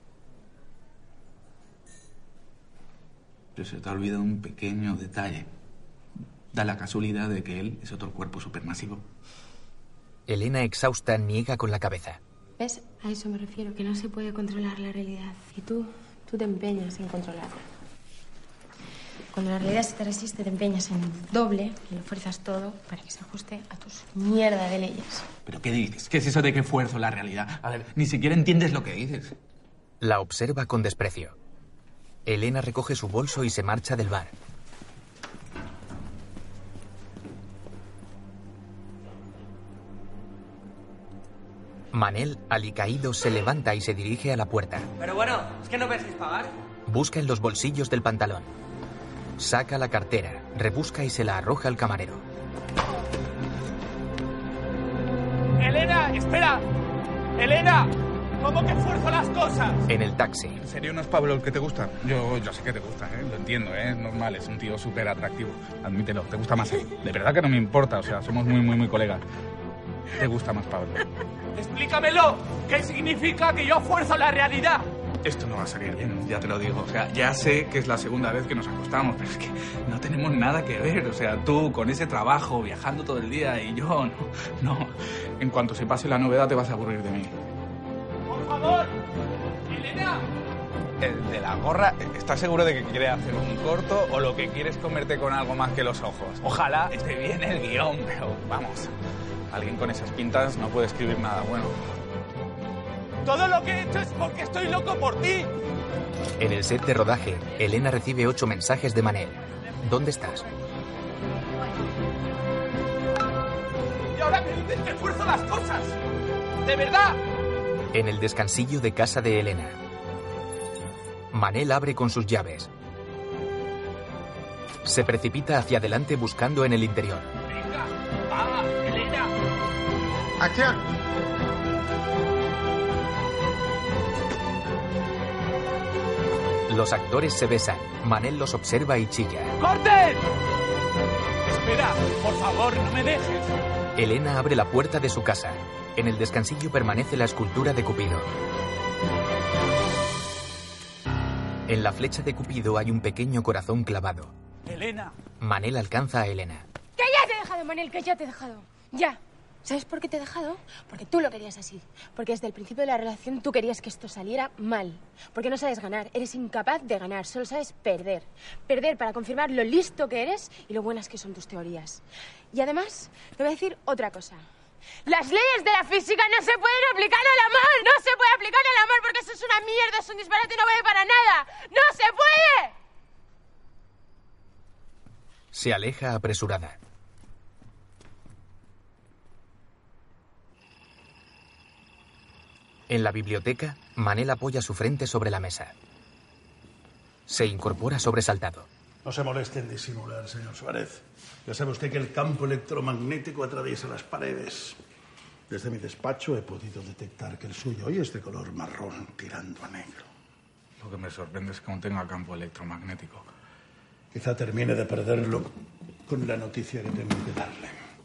Pero se te ha olvidado un pequeño detalle. Da la casualidad de que él es otro cuerpo supermasivo. Elena, exhausta, niega con la cabeza. ¿Ves? A eso me refiero, que no se puede controlar la realidad. Y tú te empeñas en controlarla. Cuando la realidad se te resiste, te empeñas en doble y lo fuerzas todo para que se ajuste a tus mierda de leyes. ¿Pero qué dices? ¿Qué es eso de que fuerzo la realidad? A ver, ni siquiera entiendes lo que dices. La observa con desprecio. Elena recoge su bolso y se marcha del bar. Manel, alicaído, se levanta y se dirige a la puerta. Pero bueno, ¿es que no pensáis pagar? Busca en los bolsillos del pantalón. Saca la cartera, rebusca y se la arroja al camarero. ¡Elena, espera! ¡Elena! ¿Cómo que fuerzo las cosas? En el taxi. ¿En serio no es Pablo el que te gusta? Yo sé que te gusta, ¿eh? Lo entiendo, ¿eh? Es normal, es un tío súper atractivo. Admítelo, te gusta más él. De verdad que no me importa, o sea, somos muy colegas. Te gusta más Pablo. ¡Explícamelo! ¿Qué significa que yo fuerzo la realidad? Esto no va a salir bien, ya te lo digo. O sea, ya sé que es la segunda vez que nos acostamos, pero es que no tenemos nada que ver. O sea, tú con ese trabajo, viajando todo el día y yo no. En cuanto se pase la novedad te vas a aburrir de mí. ¡Por favor! ¡Elena! El de la gorra, ¿estás seguro de que quiere hacer un corto o lo que quieres comerte con algo más que los ojos? Ojalá esté bien el guión, pero vamos, alguien con esas pintas no puede escribir nada bueno. Todo lo que he hecho es porque estoy loco por ti. En el set de rodaje, Elena recibe 8 mensajes de Manel. ¿Dónde estás? Y ahora me dices que fuerzo las cosas. ¿De verdad? En el descansillo de casa de Elena. Manel abre con sus llaves. Se precipita hacia adelante buscando en el interior. Venga, va, Elena. ¡Acción! Los actores se besan. Manel los observa y chilla. ¡Corten! Espera, por favor, no me dejes. Elena abre la puerta de su casa. En el descansillo permanece la escultura de Cupido. En la flecha de Cupido hay un pequeño corazón clavado. Elena. Manel alcanza a Elena. ¡Que ya te he dejado, Manel! ¡Que ya te he dejado! ¡Ya! ¿Sabes por qué te he dejado? Porque tú lo querías así. Porque desde el principio de la relación tú querías que esto saliera mal. Porque no sabes ganar. Eres incapaz de ganar. Solo sabes perder. Perder para confirmar lo listo que eres y lo buenas que son tus teorías. Y además, te voy a decir otra cosa. Las leyes de la física no se pueden aplicar al amor. No se puede aplicar al amor porque eso es una mierda, es un disparate y no vale para nada. ¡No se puede! Se aleja apresurada. En la biblioteca, Manel apoya su frente sobre la mesa. Se incorpora sobresaltado. No se moleste en disimular, señor Suárez. Ya sabe usted que el campo electromagnético atraviesa las paredes. Desde mi despacho he podido detectar que el suyo hoy es de color marrón tirando a negro. Lo que me sorprende es que aún tenga campo electromagnético. Quizá termine de perderlo con la noticia que tengo que darle.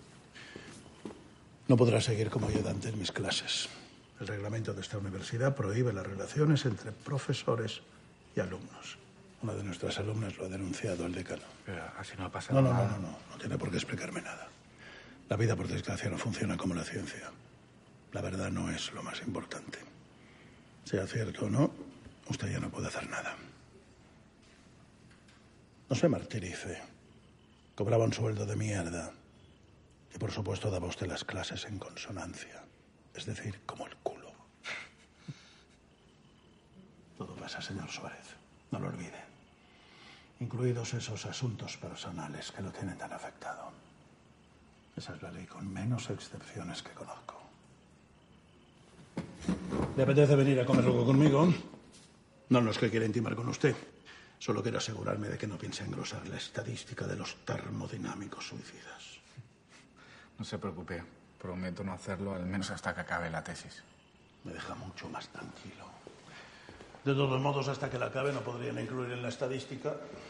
No podrá seguir como ayudante en mis clases. El reglamento de esta universidad prohíbe las relaciones entre profesores y alumnos. Una de nuestras alumnas lo ha denunciado al decano. Pero así no ha pasado nada. No tiene por qué explicarme nada. La vida, por desgracia, no funciona como la ciencia. La verdad no es lo más importante. Sea cierto o no, usted ya no puede hacer nada. No se martirice. Cobraba un sueldo de mierda. Y por supuesto daba usted las clases en consonancia. Es decir, como el culo. Todo pasa, señor Suárez. No lo olvide. Incluidos esos asuntos personales que lo tienen tan afectado. Esa es la ley con menos excepciones que conozco. ¿Le apetece venir a comer algo conmigo? No es que quiera intimar con usted. Solo quiero asegurarme de que no piense engrosar la estadística de los termodinámicos suicidas. No se preocupe. Prometo no hacerlo, al menos hasta que acabe la tesis. Me deja mucho más tranquilo. De todos modos, hasta que la acabe no podrían incluir en la estadística.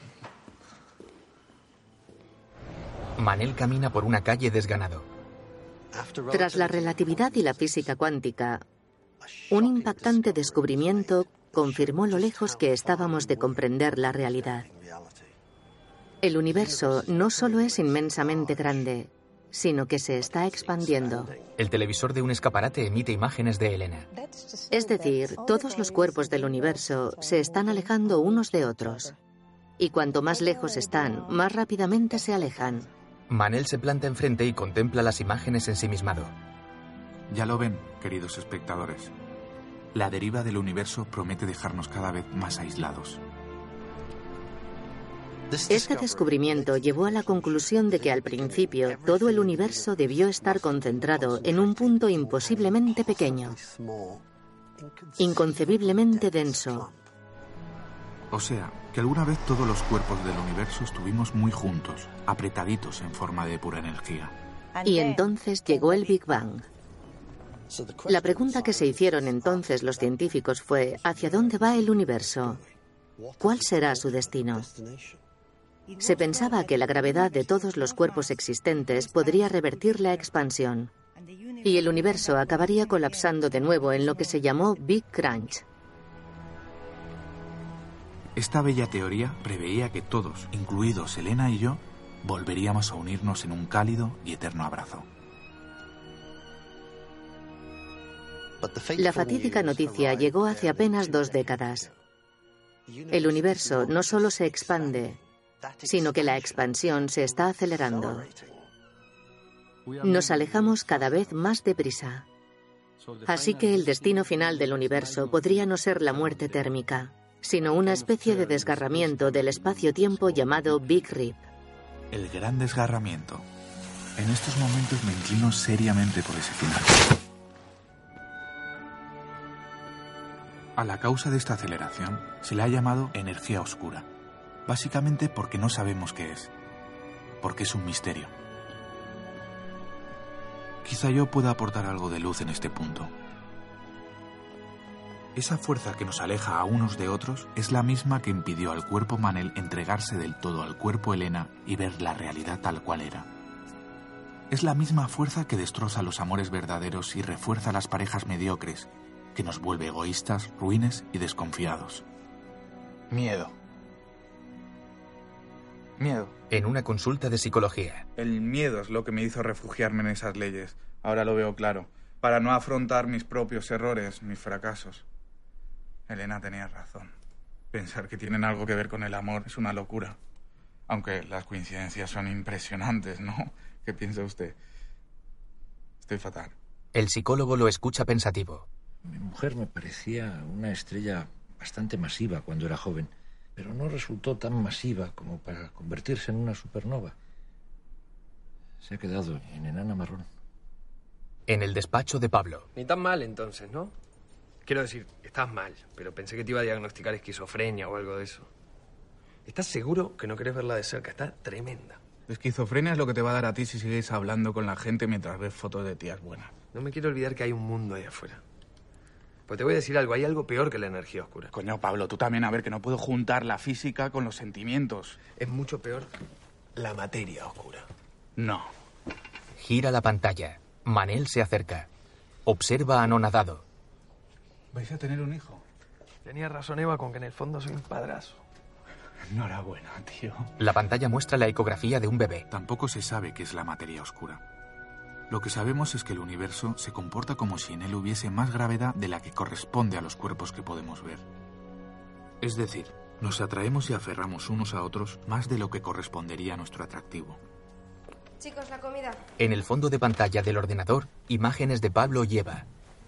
Manel camina por una calle desganado. Tras la relatividad y la física cuántica, un impactante descubrimiento confirmó lo lejos que estábamos de comprender la realidad. El universo no solo es inmensamente grande, sino que se está expandiendo. El televisor de un escaparate emite imágenes de Elena. Es decir, todos los cuerpos del universo se están alejando unos de otros. Y cuanto más lejos están, más rápidamente se alejan. Manel se planta enfrente y contempla las imágenes ensimismado. Ya lo ven, queridos espectadores. La deriva del universo promete dejarnos cada vez más aislados. Este descubrimiento llevó a la conclusión de que al principio todo el universo debió estar concentrado en un punto imposiblemente pequeño, inconcebiblemente denso. O sea, que alguna vez todos los cuerpos del universo estuvimos muy juntos, apretaditos en forma de pura energía. Y entonces llegó el Big Bang. La pregunta que se hicieron entonces los científicos fue: ¿hacia dónde va el universo? ¿Cuál será su destino? Se pensaba que la gravedad de todos los cuerpos existentes podría revertir la expansión, y el universo acabaría colapsando de nuevo en lo que se llamó Big Crunch. Esta bella teoría preveía que todos, incluidos Elena y yo, volveríamos a unirnos en un cálido y eterno abrazo. La fatídica noticia llegó hace apenas 2 décadas. El universo no solo se expande, sino que la expansión se está acelerando. Nos alejamos cada vez más deprisa. Así que el destino final del universo podría no ser la muerte térmica, sino una especie de desgarramiento del espacio-tiempo llamado Big Rip. El gran desgarramiento. En estos momentos me inclino seriamente por ese final. A la causa de esta aceleración se le ha llamado energía oscura. Básicamente porque no sabemos qué es. Porque es un misterio. Quizá yo pueda aportar algo de luz en este punto. Esa fuerza que nos aleja a unos de otros es la misma que impidió al cuerpo Manel entregarse del todo al cuerpo Elena y ver la realidad tal cual era. Es la misma fuerza que destroza los amores verdaderos y refuerza las parejas mediocres, que nos vuelve egoístas, ruines y desconfiados. Miedo. Miedo. En una consulta de psicología. El miedo es lo que me hizo refugiarme en esas leyes. Ahora lo veo claro. Para no afrontar mis propios errores, mis fracasos. Elena tenía razón. Pensar que tienen algo que ver con el amor es una locura. Aunque las coincidencias son impresionantes, ¿no? ¿Qué piensa usted? Estoy fatal. El psicólogo lo escucha pensativo. Mi mujer me parecía una estrella bastante masiva cuando era joven, pero no resultó tan masiva como para convertirse en una supernova. Se ha quedado en enana marrón. En el despacho de Pablo. Ni tan mal entonces, ¿no? Quiero decir, estás mal, pero pensé que te iba a diagnosticar esquizofrenia o algo de eso. ¿Estás seguro que no querés verla de cerca? Está tremenda. Esquizofrenia es lo que te va a dar a ti si sigues hablando con la gente mientras ves fotos de tías buenas. No me quiero olvidar que hay un mundo ahí afuera. Pues te voy a decir algo, hay algo peor que la energía oscura. Coño, Pablo, tú también, a ver, que no puedo juntar la física con los sentimientos. Es mucho peor la materia oscura. No. Gira la pantalla. Manel se acerca. Observa anonadado. ¿Vais a tener un hijo? Tenía razón Eva con que en el fondo soy un padrazo. Enhorabuena, tío. La pantalla muestra la ecografía de un bebé. Tampoco se sabe qué es la materia oscura. Lo que sabemos es que el universo se comporta como si en él hubiese más gravedad de la que corresponde a los cuerpos que podemos ver. Es decir, nos atraemos y aferramos unos a otros más de lo que correspondería a nuestro atractivo. Chicos, la comida. En el fondo de pantalla del ordenador, imágenes de Pablo y Eva.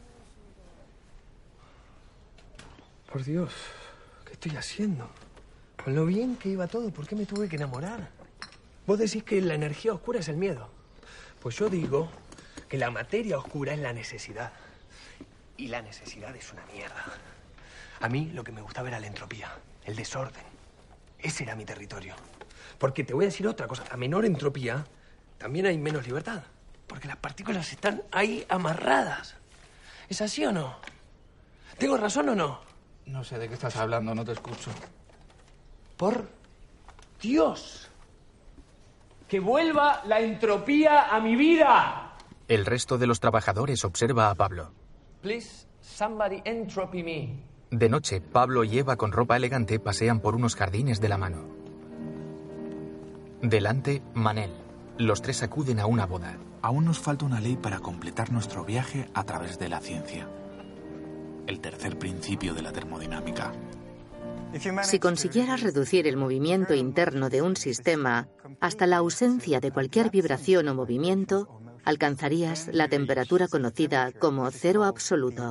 Por Dios, ¿qué estoy haciendo? Con lo bien que iba todo, ¿por qué me tuve que enamorar? Vos decís que la energía oscura es el miedo. Pues yo digo que la materia oscura es la necesidad. Y la necesidad es una mierda. A mí lo que me gustaba era la entropía, el desorden. Ese era mi territorio. Porque te voy a decir otra cosa. A menor entropía, también hay menos libertad. Porque las partículas están ahí amarradas. ¿Es así o no? ¿Tengo razón o no? No sé de qué estás hablando, no te escucho. Por Dios. ¡Que vuelva la entropía a mi vida! El resto de los trabajadores observa a Pablo. Please, somebody entropy me. De noche, Pablo y Eva con ropa elegante pasean por unos jardines de la mano. Delante, Manel. Los tres acuden a una boda. Aún nos falta una ley para completar nuestro viaje a través de la ciencia. El tercer principio de la termodinámica. Si consiguieras reducir el movimiento interno de un sistema hasta la ausencia de cualquier vibración o movimiento, alcanzarías la temperatura conocida como cero absoluto.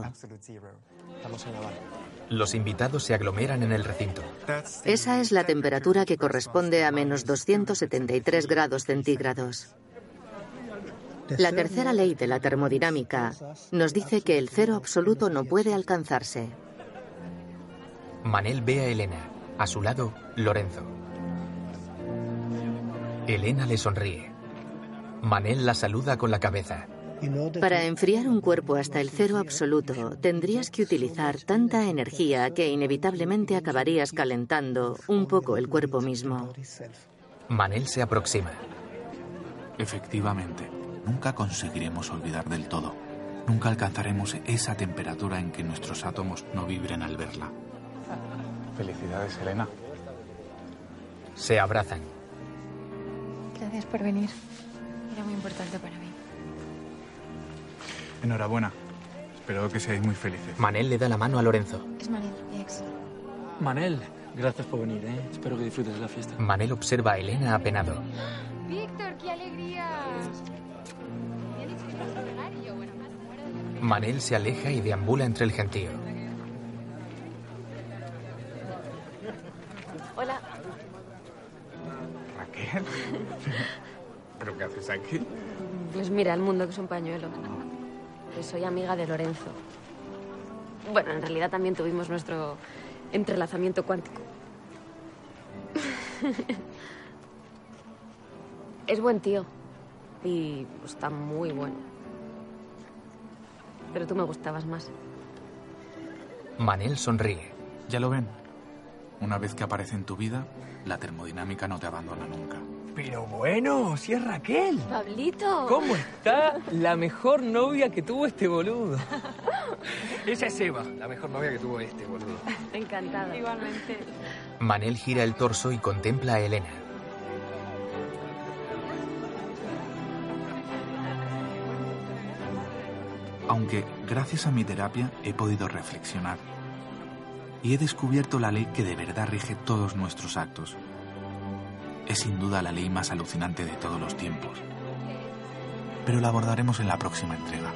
Los invitados se aglomeran en el recinto. Esa es la temperatura que corresponde a menos 273 grados centígrados. La tercera ley de la termodinámica nos dice que el cero absoluto no puede alcanzarse. Manel ve a Elena. A su lado, Lorenzo. Elena le sonríe. Manel la saluda con la cabeza. Para enfriar un cuerpo hasta el cero absoluto, tendrías que utilizar tanta energía que inevitablemente acabarías calentando un poco el cuerpo mismo. Manel se aproxima. Efectivamente, nunca conseguiremos olvidar del todo. Nunca alcanzaremos esa temperatura en que nuestros átomos no vibren al verla. Felicidades, Elena. Se abrazan. Gracias por venir. Era muy importante para mí. Enhorabuena. Espero que seáis muy felices. Manel le da la mano a Lorenzo. Es Manel, mi ex. Manel, gracias por venir, ¿eh? Espero que disfrutes de la fiesta. Manel observa a Elena apenado. ¡Víctor, qué alegría! Me han dicho que ibas a llegar y yo, bueno, más muero de... Manel se aleja y deambula entre el gentío. Hola. ¿Raquel? ¿Pero qué haces aquí? Pues mira, el mundo que es un pañuelo. Que soy amiga de Lorenzo. Bueno, en realidad también tuvimos nuestro entrelazamiento cuántico. Es buen tío. Y está muy bueno. Pero tú me gustabas más. Manel sonríe. Ya lo ven. Una vez que aparece en tu vida, la termodinámica no te abandona nunca. Pero bueno, si es Raquel. Pablito. ¿Cómo está la mejor novia que tuvo este boludo? Esa es Eva, la mejor novia que tuvo este boludo. Encantada. Igualmente. Manel gira el torso y contempla a Elena. Aunque, gracias a mi terapia, he podido reflexionar. Y he descubierto la ley que de verdad rige todos nuestros actos. Es sin duda la ley más alucinante de todos los tiempos. Pero la abordaremos en la próxima entrega.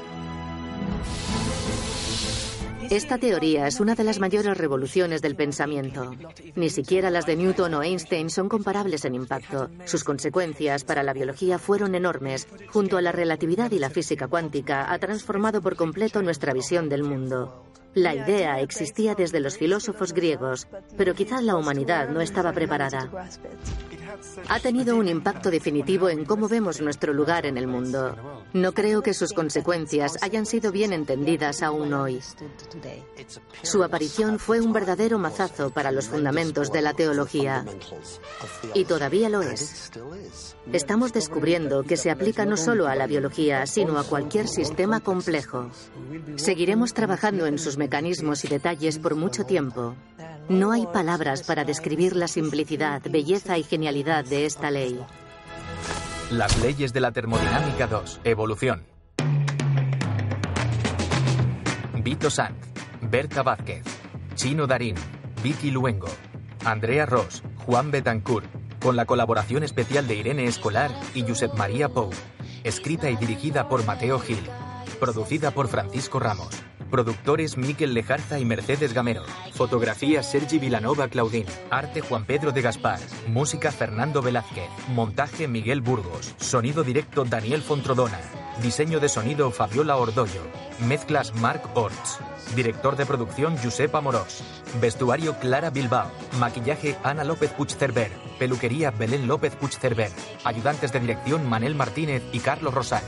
Esta teoría es una de las mayores revoluciones del pensamiento. Ni siquiera las de Newton o Einstein son comparables en impacto. Sus consecuencias para la biología fueron enormes. Junto a la relatividad y la física cuántica, ha transformado por completo nuestra visión del mundo. La idea existía desde los filósofos griegos, pero quizás la humanidad no estaba preparada. Ha tenido un impacto definitivo en cómo vemos nuestro lugar en el mundo. No creo que sus consecuencias hayan sido bien entendidas aún hoy. Su aparición fue un verdadero mazazo para los fundamentos de la teología. Y todavía lo es. Estamos descubriendo que se aplica no solo a la biología, sino a cualquier sistema complejo. Seguiremos trabajando en sus mecanismos y detalles por mucho tiempo. No hay palabras para describir la simplicidad, belleza y genialidad de esta ley. Las leyes de la termodinámica 2. Evolución. Vito Sanz, Berta Vázquez, Chino Darín, Vicky Luengo, Andrea Ross, Juan Betancourt, con la colaboración especial de Irene Escolar y Josep María Pou. Escrita y dirigida por Mateo Gil. Producida por Francisco Ramos. Productores Miquel Lejarza y Mercedes Gamero. Fotografía Sergi Vilanova Claudín. Arte Juan Pedro de Gaspar. Música Fernando Velázquez. Montaje Miguel Burgos. Sonido directo Daniel Fontrodona. Diseño de sonido Fabiola Ordollo. Mezclas Marc Orts. Director de producción Josep Amorós. Vestuario Clara Bilbao. Maquillaje Ana López Puigcerver. Peluquería Belén López Puigcerver. Ayudantes de dirección Manel Martínez y Carlos Rosal.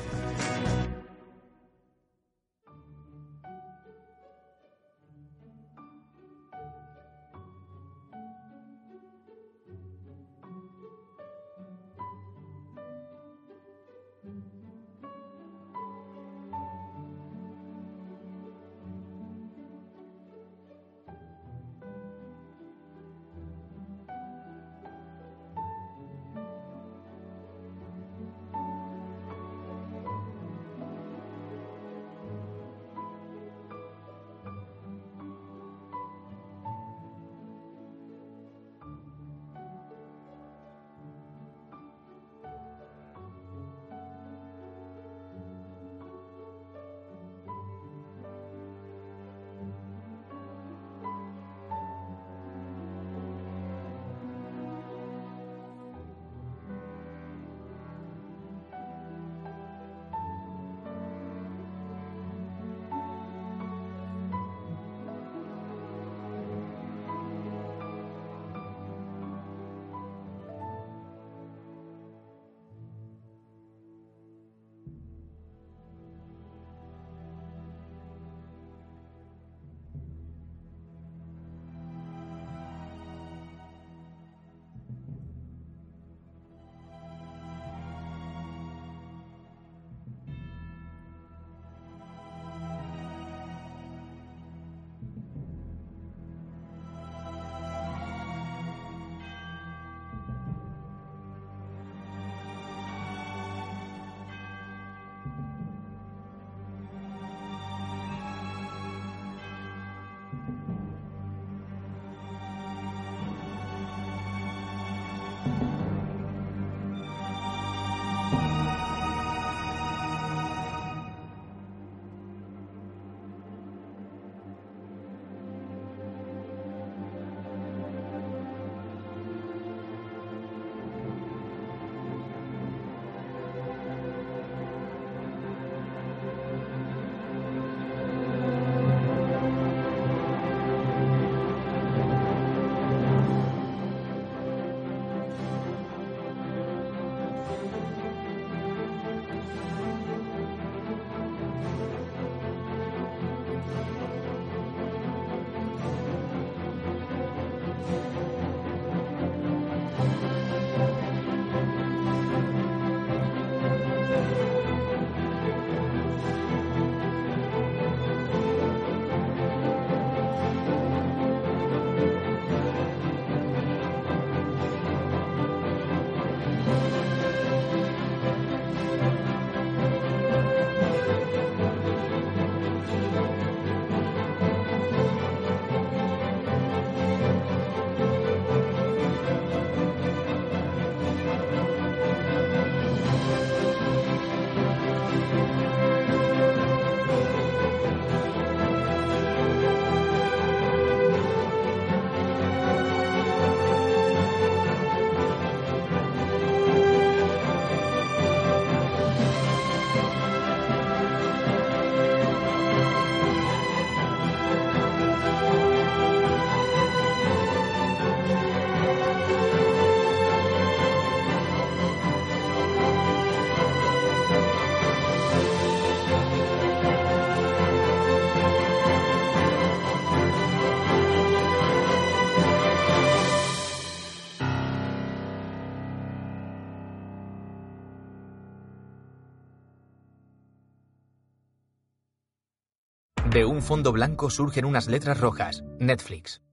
De un fondo blanco surgen unas letras rojas. Netflix.